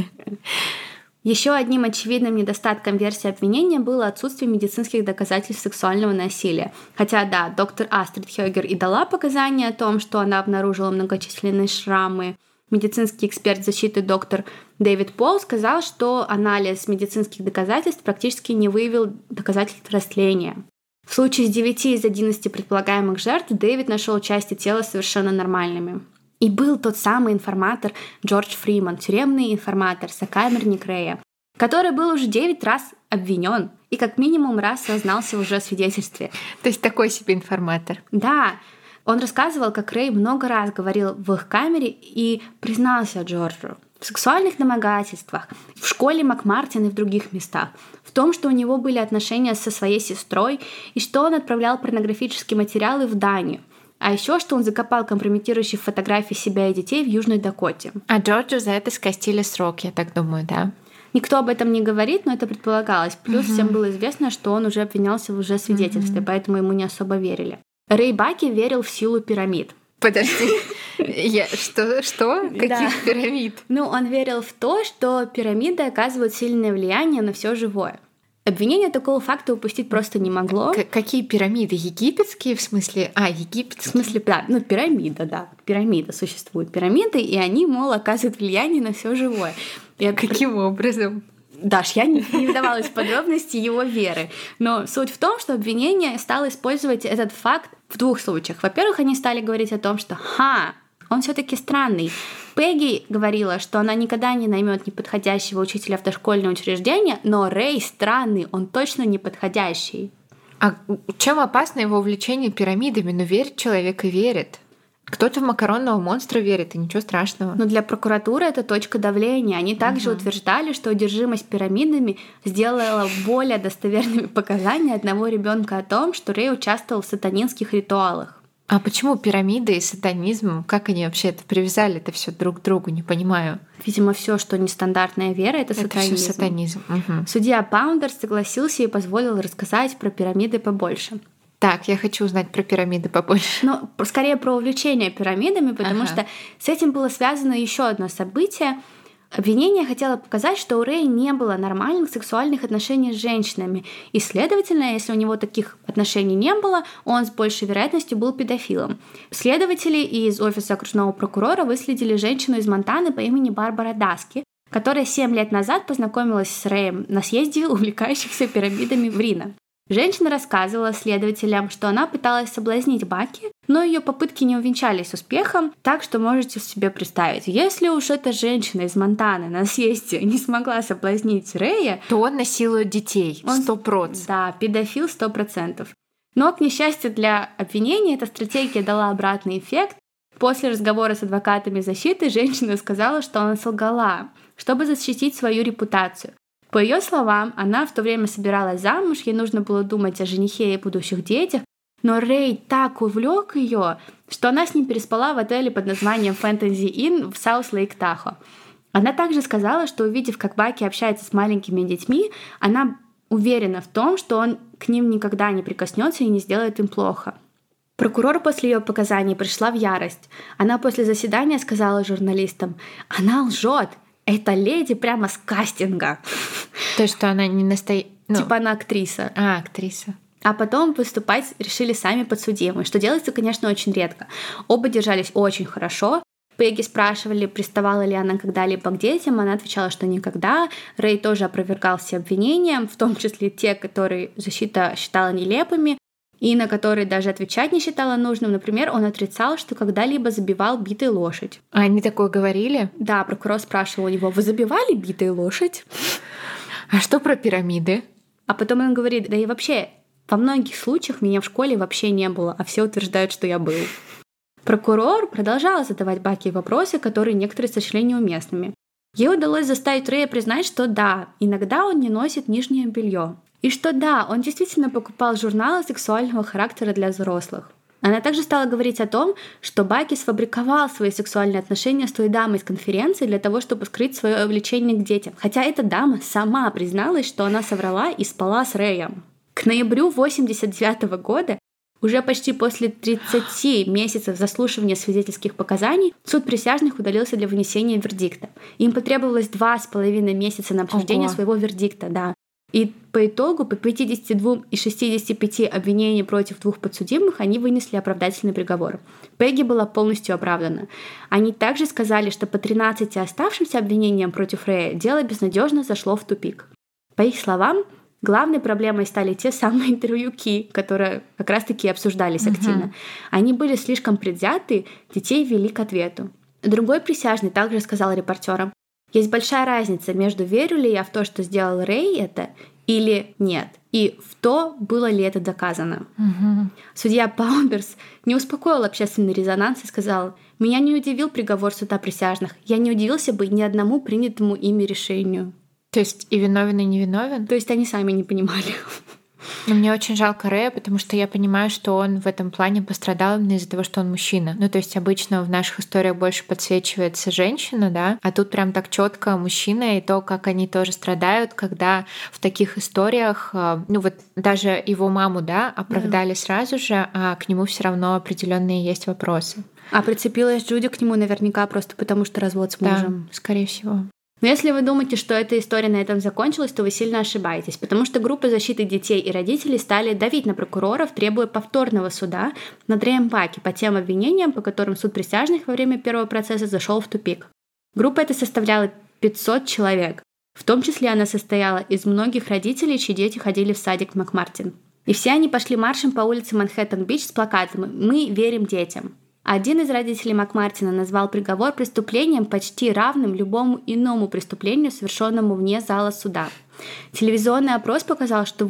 Еще одним очевидным недостатком версии обвинения было отсутствие медицинских доказательств сексуального насилия. Хотя, да, доктор Астрид Хёгер и дала показания о том, что она обнаружила многочисленные шрамы. Медицинский эксперт защиты доктор Дэвид Пол сказал, что анализ медицинских доказательств практически не выявил доказательств растления. В случае с 9 из 11 предполагаемых жертв Дэвид нашел части тела совершенно нормальными. И был тот самый информатор Джордж Фриман, тюремный информатор, сокамерник Рэя, который был уже 9 раз обвинен и как минимум раз сознался уже в свидетельстве. То есть такой себе информатор. Да, он рассказывал, как Рэй много раз говорил в их камере и признался Джорджу в сексуальных домогательствах, в школе Макмартин и в других местах, в том, что у него были отношения со своей сестрой и что он отправлял порнографические материалы в Данию. А еще, что он закопал компрометирующие фотографии себя и детей в Южной Дакоте. А Джорджу за это скостили срок, я так думаю, да? Никто об этом не говорит, но это предполагалось. Плюс всем было известно, что он уже обвинялся в лжесвидетельстве, поэтому ему не особо верили. Рэй Баки верил в силу пирамид. Подожди, что? Каких пирамид? Он верил в то, что пирамиды оказывают сильное влияние на все живое. Обвинение такого факта упустить просто не могло. Какие пирамиды? Египетские, в смысле? Египетские. В смысле, да, пирамида, да. Пирамида, существуют пирамиды, и они, мол, оказывают влияние на все живое. Каким образом? Даш, я не вдавалась в подробности его веры. Но суть в том, что обвинение стало использовать этот факт в двух случаях. Во-первых, они стали говорить о том, что он все-таки странный. Пегги говорила, что она никогда не наймет неподходящего учителя в дошкольное учреждение, но Рэй странный, он точно неподходящий. А чем опасно его увлечение пирамидами? Верит человек и верит. Кто-то в макаронного монстра верит, и ничего страшного. Но для прокуратуры это точка давления. Они также утверждали, что одержимость пирамидами сделала более достоверными показания одного ребенка о том, что Рэй участвовал в сатанинских ритуалах. А почему пирамиды и сатанизм? Как они вообще это привязали это все друг к другу? Не понимаю. Видимо, все, что нестандартная вера, это сатанизм. Всё сатанизм. Судья Паундерс согласился и позволил рассказать про пирамиды побольше. Так, я хочу узнать про пирамиды побольше. Скорее про увлечение пирамидами, потому что с этим было связано еще одно событие. Обвинение хотело показать, что у Рэя не было нормальных сексуальных отношений с женщинами, и, следовательно, если у него таких отношений не было, он с большей вероятностью был педофилом. Следователи из офиса окружного прокурора выследили женщину из Монтаны по имени Барбара Даски, которая 7 лет назад познакомилась с Рэем на съезде увлекающихся пирамидами в Рино. Женщина рассказывала следователям, что она пыталась соблазнить Баки, но ее попытки не увенчались успехом, так что можете себе представить, если уж эта женщина из Монтаны на съезде не смогла соблазнить Рэя, то он насилует детей, 100%. Да, педофил 100%. Но, к несчастью для обвинения, эта стратегия дала обратный эффект. После разговора с адвокатами защиты женщина сказала, что она солгала, чтобы защитить свою репутацию. По ее словам, она в то время собиралась замуж, ей нужно было думать о женихе и будущих детях, но Рэй так увлек ее, что она с ним переспала в отеле под названием Fantasy Inn в Саус-Лейк-Тахо. Она также сказала, что, увидев, как Баки общается с маленькими детьми, она уверена в том, что он к ним никогда не прикоснется и не сделает им плохо. Прокурор после ее показаний пришла в ярость. Она после заседания сказала журналистам: «Она лжет. Эта леди прямо с кастинга». То есть, что она не настоящая... Типа она актриса. Актриса. А потом выступать решили сами подсудимые, что делается, конечно, очень редко. Оба держались очень хорошо. Пегги спрашивали, приставала ли она когда-либо к детям. Она отвечала, что никогда. Рэй тоже опровергал все обвинения, в том числе те, которые защита считала нелепыми, и на которые даже отвечать не считала нужным. Например, он отрицал, что когда-либо забивал битой лошадь. А они такое говорили? Да, прокурор спрашивал у него: «Вы забивали битой лошадь?» А что про пирамиды? А потом он говорит: «Да и вообще, во многих случаях меня в школе вообще не было, а все утверждают, что я был». Прокурор продолжал задавать Баки вопросы, которые некоторые сочли неуместными. Ей удалось заставить Рэя признать, что да, иногда он не носит нижнее белье. И что да, он действительно покупал журналы сексуального характера для взрослых. Она также стала говорить о том, что Баки сфабриковал свои сексуальные отношения с той дамой из конференции для того, чтобы скрыть свое влечение к детям. Хотя эта дама сама призналась, что она соврала и спала с Рэем. К ноябрю 1989 года, уже почти после 30 месяцев заслушивания свидетельских показаний, суд присяжных удалился для вынесения вердикта. Им потребовалось 2,5 месяца на обсуждение своего вердикта, да. И по итогу, по 52 и 65 обвинений против 2 подсудимых, они вынесли оправдательный приговор. Пегги была полностью оправдана. Они также сказали, что по 13 оставшимся обвинениям против Рэя дело безнадежно зашло в тупик. По их словам, Главной проблемой стали те самые интервьюки, которые как раз-таки обсуждались активно. Они были слишком предвзяты, детей вели к ответу. Другой присяжный также сказал репортерам: есть большая разница между верю ли я в то, что сделал Рэй это, или нет, и в то, было ли это доказано. Судья Паундерс не успокоил общественный резонанс и сказал: меня не удивил приговор суда присяжных, я не удивился бы ни одному принятому ими решению. То есть и виновен, и невиновен? То есть они сами не понимали. Но мне очень жалко Рэя, потому что я понимаю, что он в этом плане пострадал именно из-за того, что он мужчина. Ну, то есть обычно в наших историях больше подсвечивается женщина, да, а тут прям так четко мужчина, и то, как они тоже страдают, когда в таких историях, ну вот даже его маму, да, оправдали сразу же, а к нему все равно определенные есть вопросы. А прицепилась Джуди к нему наверняка просто потому, что развод с мужем. Да, скорее всего. Но если вы думаете, что эта история на этом закончилась, то вы сильно ошибаетесь, потому что группы защиты детей и родителей стали давить на прокуроров, требуя повторного суда над Рэем Паки по тем обвинениям, по которым суд присяжных во время первого процесса зашел в тупик. Группа эта составляла 500 человек. В том числе она состояла из многих родителей, чьи дети ходили в садик Макмартин. И все они пошли маршем по улице Манхэттен-Бич с плакатом «Мы верим детям». Один из родителей Макмартина назвал приговор преступлением, почти равным любому иному преступлению, совершенному вне зала суда. Телевизионный опрос показал, что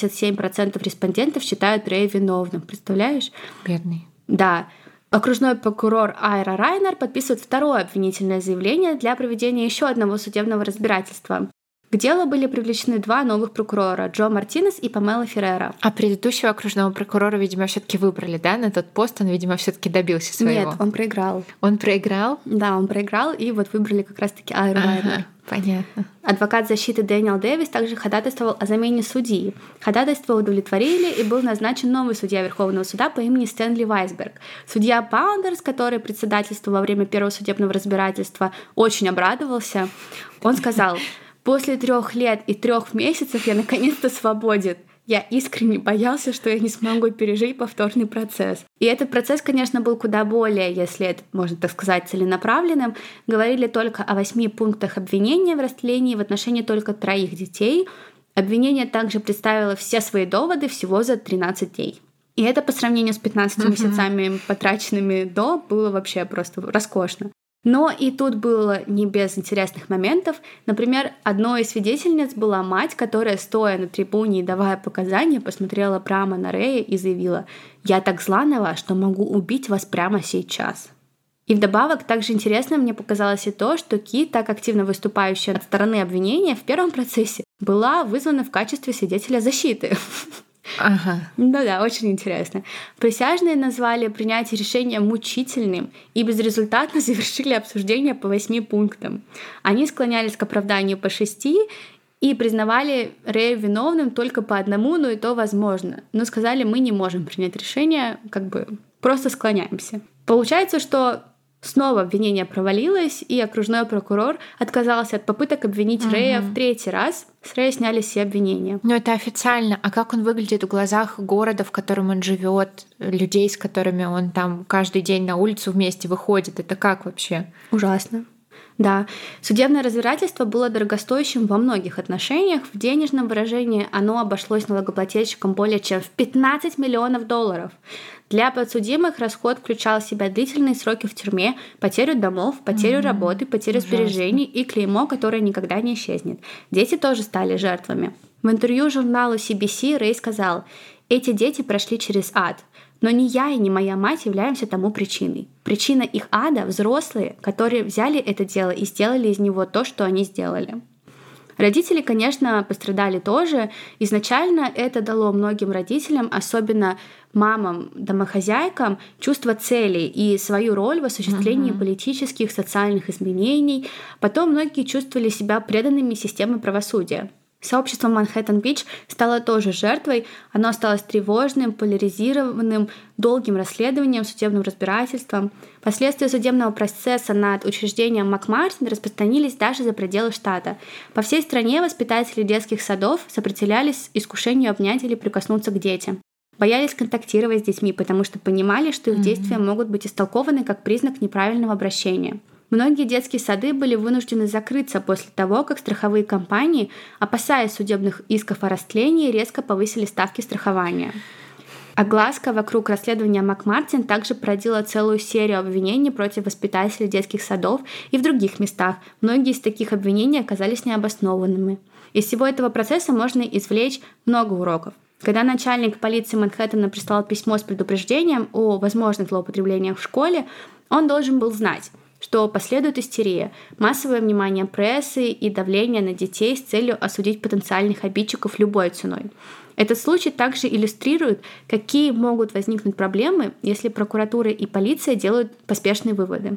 87% респондентов считают Рэя виновным. Представляешь? Бедный. Да. Окружной прокурор Айра Райнер подписывает второе обвинительное заявление для проведения еще одного судебного разбирательства. К делу были привлечены два новых прокурора — Джо Мартинес и Памела Феррера. А предыдущего окружного прокурора, видимо, все-таки выбрали, да, на тот пост? Он, видимо, все-таки добился своего. Нет, он проиграл. Он проиграл? Да, он проиграл, и вот выбрали как раз-таки Айру Райнер. Понятно. Адвокат защиты Дэниел Дэвис также ходатайствовал о замене судьи. Ходатайство удовлетворили, и был назначен новый судья Верховного суда по имени Стэнли Вайсберг. Судья Паундерс, который председательствовал во время первого судебного разбирательства, очень обрадовался. Он сказал: «После 3 лет и 3 месяцев я наконец-то свободен. Я искренне боялся, что я не смогу пережить повторный процесс». И этот процесс, конечно, был куда более, если это можно так сказать, целенаправленным. Говорили только о 8 пунктах обвинения в растлении в отношении только 3 детей. Обвинение также представило все свои доводы всего за 13 дней. И это по сравнению с 15 месяцами, потраченными до, было вообще просто роскошно. Но и тут было не без интересных моментов. Например, одной из свидетельниц была мать, которая, стоя на трибуне и давая показания, посмотрела прямо на Рэя и заявила: «Я так зла на вас, что могу убить вас прямо сейчас». И вдобавок, также интересно мне показалось и то, что Ки, так активно выступающая от стороны обвинения в первом процессе, была вызвана в качестве свидетеля защиты. Ага. Да-да, очень интересно. Присяжные назвали принятие решения мучительным и безрезультатно завершили обсуждение по 8 пунктам. Они склонялись к оправданию по 6 и признавали Рэя виновным только по 1, но и то возможно. Но сказали: мы не можем принять решение, просто склоняемся. Получается, что снова обвинение провалилось, и окружной прокурор отказался от попыток обвинить Рэя в 3-й раз. С Рэя сняли все обвинения. Но это официально. А как он выглядит в глазах города, в котором он живет, людей, с которыми он там каждый день на улицу вместе выходит? Это как вообще? Ужасно. Да, судебное разбирательство было дорогостоящим во многих отношениях. В денежном выражении оно обошлось налогоплательщикам более чем в $15 миллионов. Для подсудимых расход включал в себя длительные сроки в тюрьме, потерю домов, потерю работы, потерю сбережений и клеймо, которое никогда не исчезнет. Дети тоже стали жертвами. В интервью журналу CBC Рэй сказал: «Эти дети прошли через ад. Но ни я и ни моя мать являемся тому причиной. Причина их ада — взрослые, которые взяли это дело и сделали из него то, что они сделали». Родители, конечно, пострадали тоже. Изначально это дало многим родителям, особенно мамам-домохозяйкам, чувство цели и свою роль в осуществлении политических, социальных изменений. Потом многие чувствовали себя преданными системе правосудия. Сообщество Манхэттен-Бич стало тоже жертвой. Оно осталось тревожным, поляризированным, долгим расследованием, судебным разбирательством. Последствия судебного процесса над учреждением Макмартин распространились даже за пределы штата. По всей стране воспитатели детских садов сопротивлялись искушению обнять или прикоснуться к детям. Боялись контактировать с детьми, потому что понимали, что их действия могут быть истолкованы как признак неправильного обращения. Многие детские сады были вынуждены закрыться после того, как страховые компании, опасаясь судебных исков о растлении, резко повысили ставки страхования. Огласка вокруг расследования МакМартин также породила целую серию обвинений против воспитателей детских садов и в других местах. Многие из таких обвинений оказались необоснованными. Из всего этого процесса можно извлечь много уроков. Когда начальник полиции Манхэттена прислал письмо с предупреждением о возможных злоупотреблениях в школе, он должен был знать, что последует истерия, массовое внимание прессы и давление на детей с целью осудить потенциальных обидчиков любой ценой. Этот случай также иллюстрирует, какие могут возникнуть проблемы, если прокуратура и полиция делают поспешные выводы.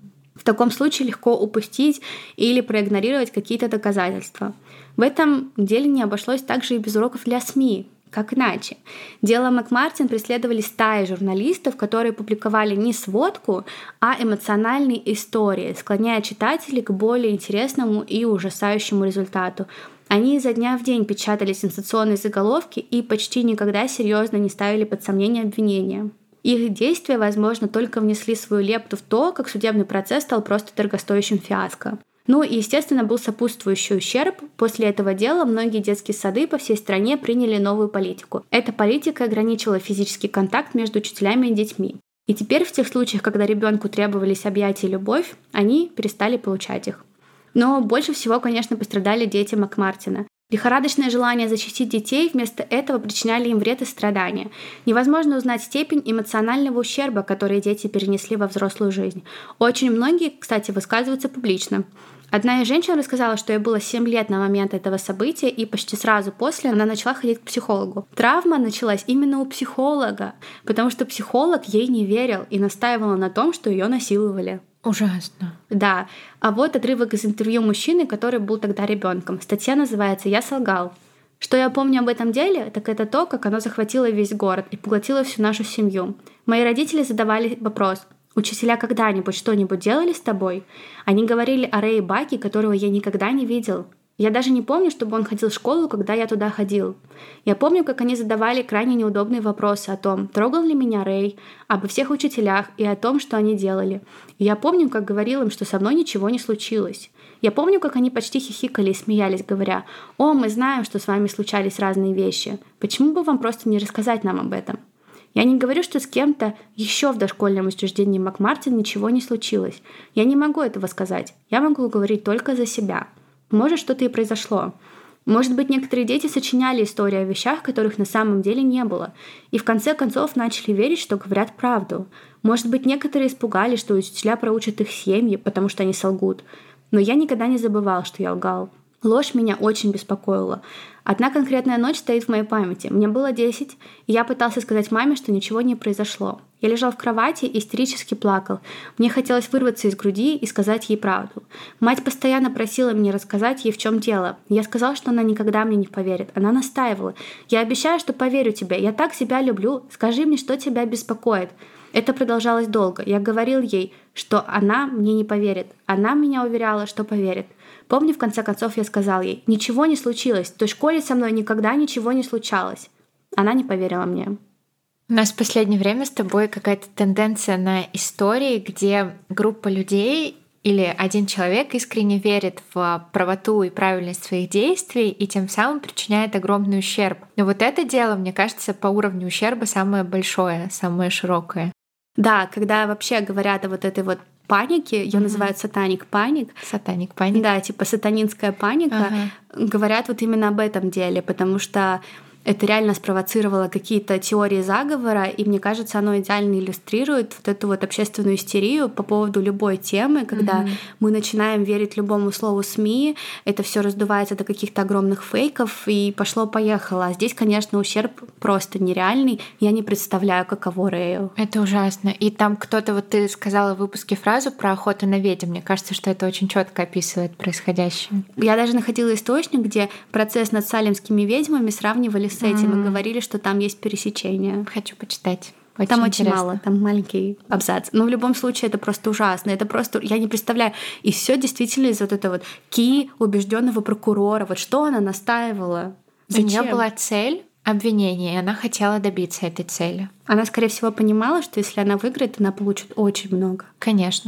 В таком случае легко упустить или проигнорировать какие-то доказательства. В этом деле не обошлось также и без уроков для СМИ. Как иначе? Дело МакМартин преследовали стаи журналистов, которые публиковали не сводку, а эмоциональные истории, склоняя читателей к более интересному и ужасающему результату. Они изо дня в день печатали сенсационные заголовки и почти никогда серьезно не ставили под сомнение обвинения. Их действия, возможно, только внесли свою лепту в то, как судебный процесс стал просто дорогостоящим фиаско. Ну и, естественно, был сопутствующий ущерб. После этого дела многие детские сады по всей стране приняли новую политику. Эта политика ограничила физический контакт между учителями и детьми. И теперь в тех случаях, когда ребенку требовались объятия и любовь, они перестали получать их. Но больше всего, конечно, пострадали дети МакМартина. Лихорадочное желание защитить детей вместо этого причиняли им вред и страдания. Невозможно узнать степень эмоционального ущерба, который дети перенесли во взрослую жизнь. Очень многие, кстати, высказываются публично. Одна из женщин рассказала, что ей было 7 лет на момент этого события, и почти сразу после она начала ходить к психологу. Травма началась именно у психолога, потому что психолог ей не верил и настаивал на том, что ее насиловали. Ужасно. Да. А вот отрывок из интервью мужчины, который был тогда ребенком. Статья называется «Я солгал». Что я помню об этом деле, так это то, как оно захватило весь город и поглотило всю нашу семью. Мои родители задавали вопрос: «Учителя когда-нибудь что-нибудь делали с тобой?» Они говорили о Рэе Баке, которого я никогда не видел. Я даже не помню, чтобы он ходил в школу, когда я туда ходил. Я помню, как они задавали крайне неудобные вопросы о том, трогал ли меня Рэй, обо всех учителях и о том, что они делали. И я помню, как говорил им, что со мной ничего не случилось. Я помню, как они почти хихикали и смеялись, говоря: «О, мы знаем, что с вами случались разные вещи. Почему бы вам просто не рассказать нам об этом?» Я не говорю, что с кем-то еще в дошкольном учреждении МакМартин ничего не случилось. Я не могу этого сказать. Я могу говорить только за себя. Может, что-то и произошло. Может быть, некоторые дети сочиняли истории о вещах, которых на самом деле не было, и в конце концов начали верить, что говорят правду. Может быть, некоторые испугались, что учителя проучат их семьи, потому что они солгут. Но я никогда не забывал, что я лгал. Ложь меня очень беспокоила. Одна конкретная ночь стоит в моей памяти. Мне было 10, и я пытался сказать маме, что ничего не произошло. Я лежал в кровати и истерически плакал. Мне хотелось вырваться из груди и сказать ей правду. Мать постоянно просила меня рассказать ей, в чем дело. Я сказал, что она никогда мне не поверит. Она настаивала: «Я обещаю, что поверю тебе. Я так себя люблю. Скажи мне, что тебя беспокоит». Это продолжалось долго. Я говорил ей, что она мне не поверит. Она меня уверяла, что поверит. Помню, в конце концов я сказал ей: «Ничего не случилось. В той школе со мной никогда ничего не случалось». Она не поверила мне. У нас в последнее время с тобой какая-то тенденция на истории, где группа людей или один человек искренне верит в правоту и правильность своих действий и тем самым причиняет огромный ущерб. Но вот это дело, мне кажется, по уровню ущерба самое большое, самое широкое. Да, когда вообще говорят о вот этой вот панике, ее называют сатаник паник. Сатаник паник. Да, типа сатанинская паника. Говорят вот именно об этом деле, потому что это реально спровоцировало какие-то теории заговора, и мне кажется, оно идеально иллюстрирует вот эту вот общественную истерию по поводу любой темы, когда мы начинаем верить любому слову СМИ, это все раздувается до каких-то огромных фейков, и пошло-поехало. А здесь, конечно, ущерб просто нереальный. Я не представляю, каково Рэю. Это ужасно. И там кто-то, вот ты сказала в выпуске фразу про охоту на ведьм. Мне кажется, что это очень четко описывает происходящее. Я даже находила источник, где процесс над салемскими ведьмами сравнивали с этим и говорили, что там есть пересечение. Хочу почитать. Там очень мало, там маленький абзац. Но в любом случае это просто ужасно. Это просто, я не представляю. И все действительно из вот этого вот убежденного прокурора. Вот что она настаивала? У нее была цель обвинения, и она хотела добиться этой цели. Она, скорее всего, понимала, что если она выиграет, она получит очень много. Конечно.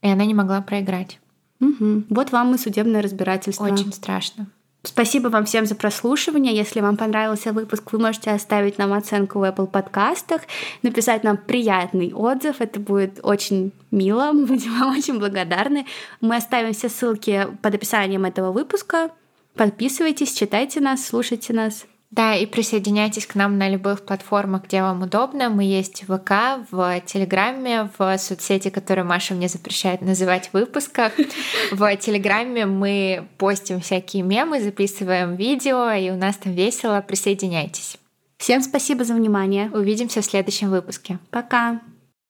и она не могла проиграть. Угу. Вот вам и судебное разбирательство. Очень страшно. Спасибо вам всем за прослушивание. Если вам понравился выпуск, вы можете оставить нам оценку в Apple подкастах, написать нам приятный отзыв. Это будет очень мило. Мы будем вам очень благодарны. Мы оставим все ссылки под описанием этого выпуска. Подписывайтесь, читайте нас, слушайте нас. Да, и присоединяйтесь к нам на любых платформах, где вам удобно. Мы есть в ВК, в Телеграме, в соцсети, которые Маша мне запрещает называть в выпусках. В Телеграме мы постим всякие мемы, записываем видео, и у нас там весело. Присоединяйтесь. Всем спасибо за внимание. Увидимся в следующем выпуске. Пока.